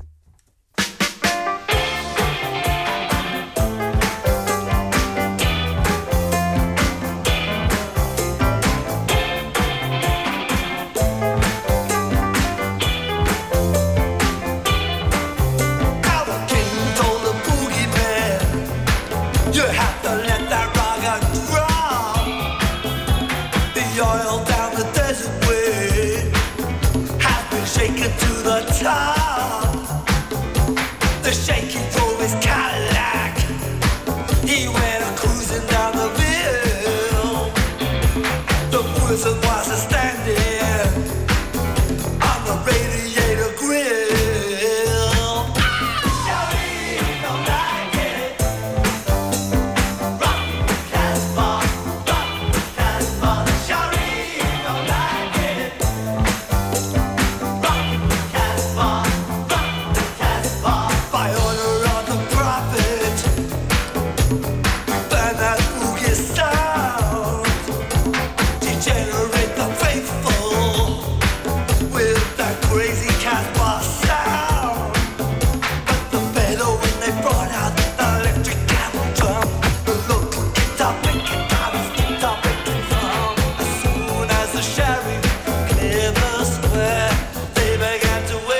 The shaky drove his Cadillac. He went cruising down the hill. The person was standing on the radiator grill. Shawty don't like it. Rock Casbah, Shawty don't like it. Rock Casbah. By order of the prophet, we burn that boogie sound, degenerate the faithful with that crazy Casbah sound. But the better when they brought out the electric cattle drum, the local guitarist making drum. As soon as the sheriff cleared the square, they began to wave.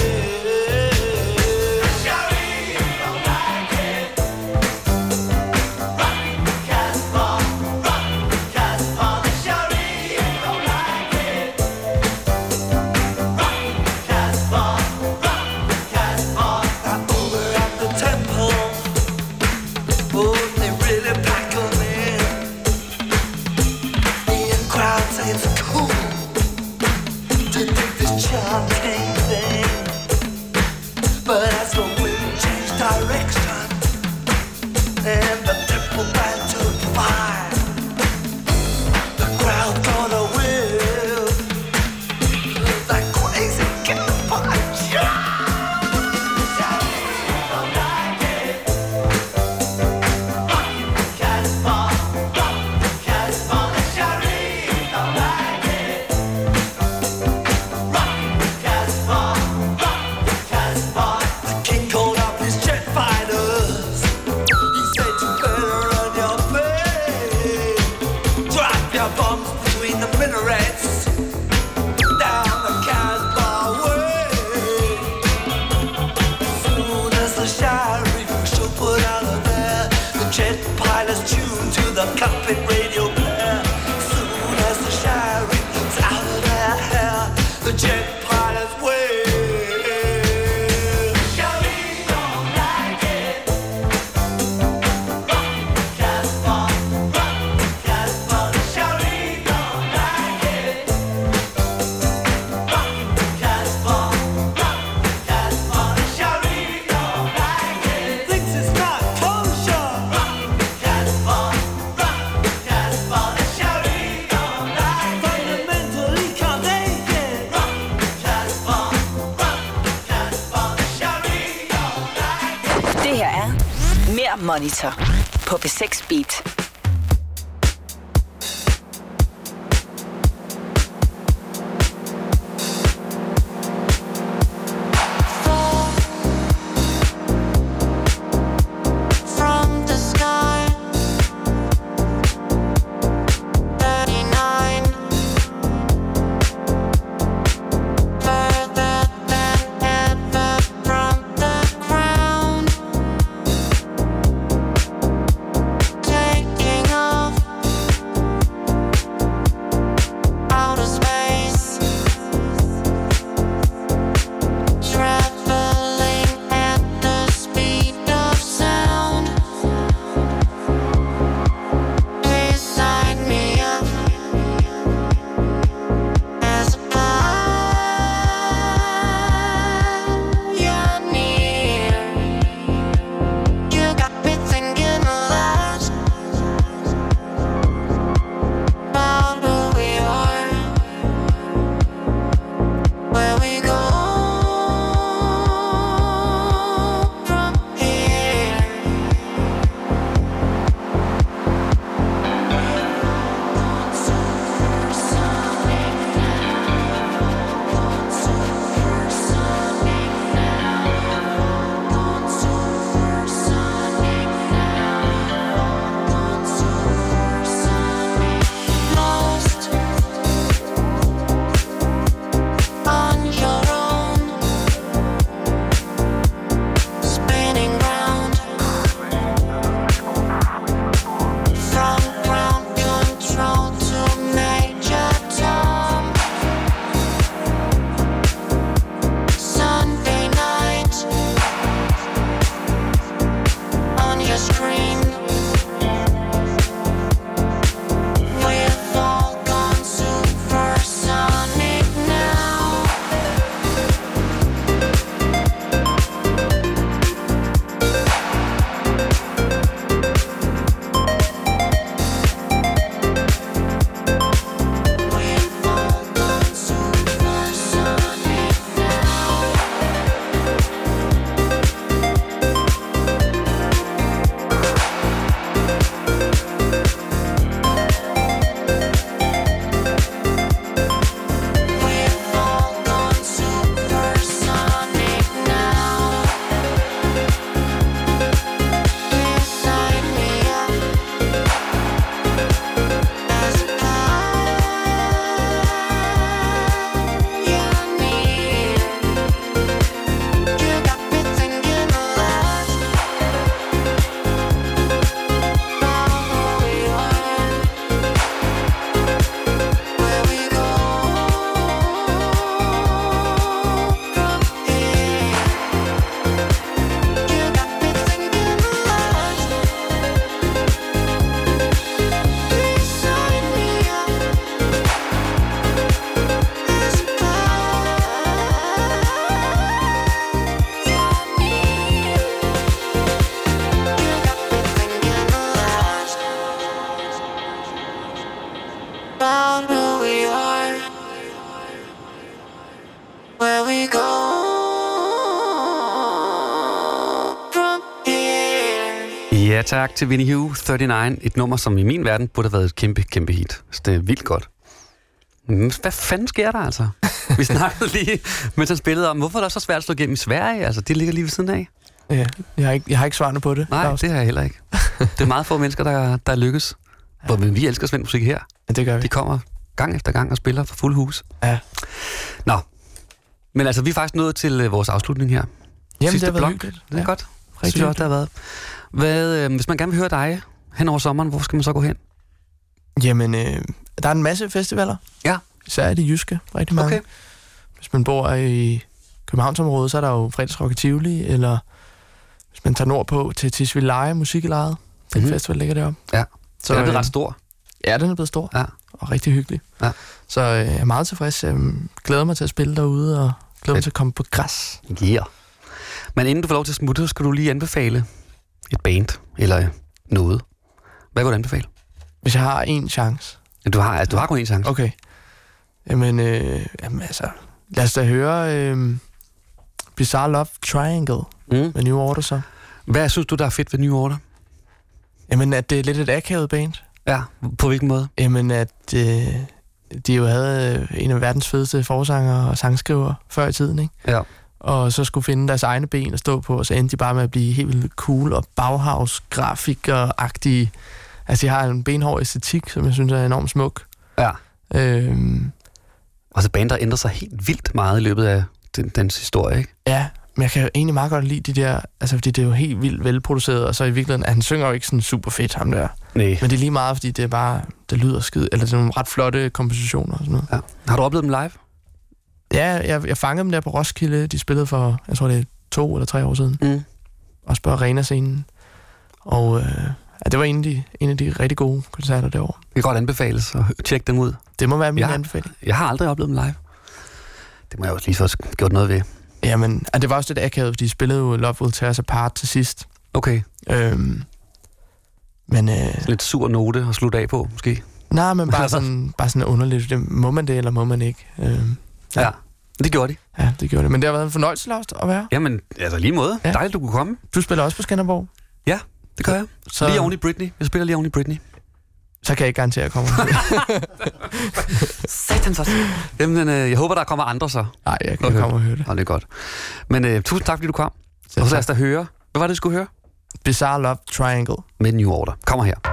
Monitor på P6 Beat. Take Tak til Winnie Hugh, 39. Et nummer, som i min verden burde have været et kæmpe, kæmpe hit. Så det er vildt godt. Hvad fanden sker der altså? Vi snakkede lige, mens han spillede om, hvorfor er det så svært at slå igennem i Sverige? Altså, det ligger lige ved siden af. Ja, jeg har ikke svarene på det. Nej, det har jeg heller ikke. Det er meget få mennesker, der lykkes. Ja. Men vi elsker svensk musik her. Ja, det gør vi. De kommer gang efter gang og spiller for fuld hus. Ja. Nå, men altså, vi er faktisk nået til vores afslutning her. Jamen, sidste det har været blok. hyggeligt. Det er godt. Rigtig synes jeg også, det har været. Hvis man gerne vil høre dig hen over sommeren, hvor skal man så gå hen? Jamen, der er en masse festivaler. Ja. Især er det jyske, rigtig mange. Okay. Hvis man bor i Københavnsområdet, så er der jo Fredagsrock i Tivoli, eller hvis man tager nordpå til Tisvildeleje, Musiklejet. Den festival ligger deroppe. Ja, så den er blevet ret stor. Ja, den er blevet stor. Ja. Og rigtig hyggelig. Ja. Så jeg er meget tilfreds. Jeg glæder mig til at spille derude, og glæder mig til at komme på græs. Yeah. Men inden du får lov til at smutte, skal du lige anbefale et band, eller noget. Hvad vil du anbefale? Hvis jeg har en chance. Du har kun en chance. Okay. Jamen altså, lad os da høre Bizarre Love Triangle med New Order så. Hvad synes du, der er fedt ved New Order? Jamen, at det er lidt et akavet band. Ja, på hvilken måde? Jamen, at de jo havde en af verdens fedeste forsanger og sangskriver før i tiden, ikke? Ja. Og så skulle finde deres egne ben at stå på, og så endte de bare med at blive helt vildt cool og Bauhaus-grafiker-agtige. Altså, de har en benhård æstetik, som jeg synes er enormt smuk. Ja. Og så bander ændrer sig helt vildt meget i løbet af dens historie, ikke? Ja, men jeg kan egentlig meget godt lide de der, altså fordi det er jo helt vildt velproduceret, og så i virkeligheden, han synger jo ikke sådan super fedt, ham der. Nej. Men det er lige meget, fordi det er bare, det lyder skide, eller det er nogle ret flotte kompositioner og sådan noget. Ja. Har du oplevet dem live? Ja, jeg fangede dem der på Roskilde, de spillede for, jeg tror det er 2 eller 3 år siden. Også på Arena-scenen. Og det var en af de rigtig gode koncerter derovre. Det kan godt anbefales at tjekke dem ud. Det må være min anbefaling. Jeg har aldrig oplevet dem live. Det må jeg også lige få gjort noget ved. Jamen, det var også lidt akavet, fordi de spillede jo Love Will Tear Us Apart til sidst. Okay. Men lidt sur note at slutte af på, måske? Nej, men bare sådan underligt. Må man det, eller må man ikke? Ja, det gjorde de. Ja, det gjorde det. Men det har været en fornøjelse, Lars, at være. Jamen, altså lige måde. Ja. Dejligt, du kunne komme. Du spiller også på Skanderborg? Ja, det gør jeg. Så... Lige oven i Britney. Jeg spiller lige oven i Britney. Så kan jeg ikke garantere at komme. Satans også. Jamen, jeg håber, der kommer andre så. Nej, jeg kan komme og høre det. Ja, det er godt. Men tusind tak, fordi du kom. Og så lad os da høre. Hvad var det, du skulle høre? Bizarre Love Triangle. Med New Order. Kommer her.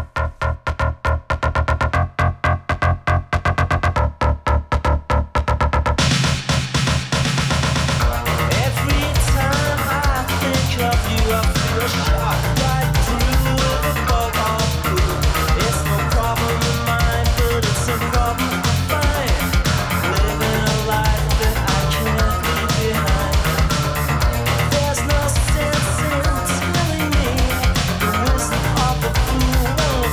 There's no sense in telling me the wisdom of the fool.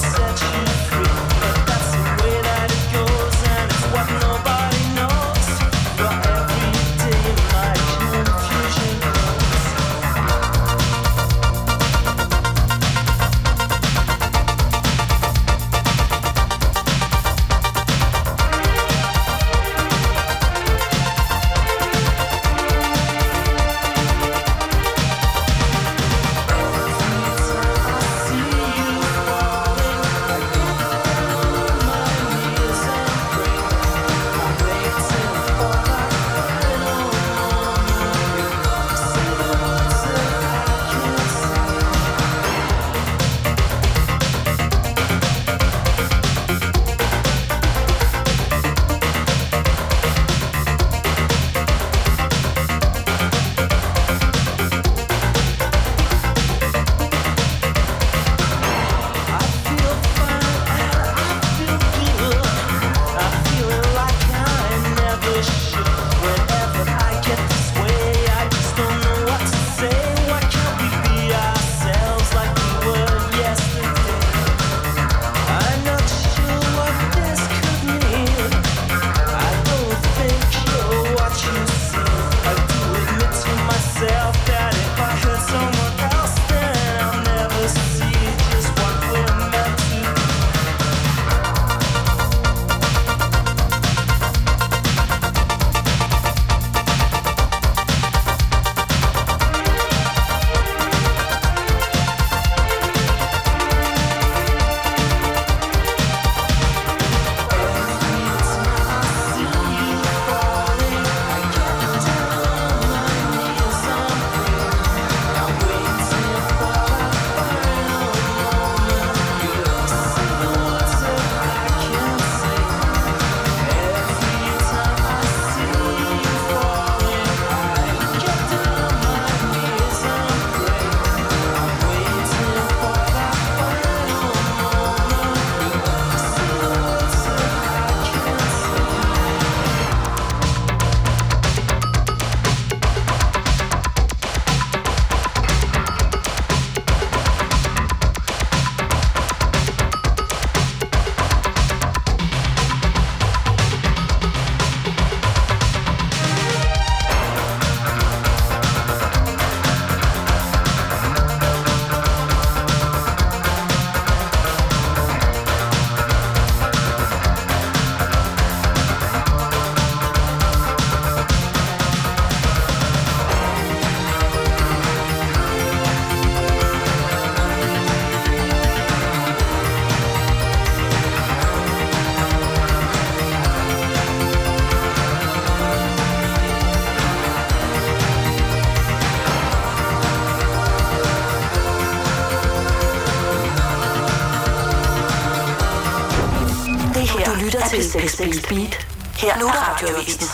P6 Beat. Her er Radioavisen.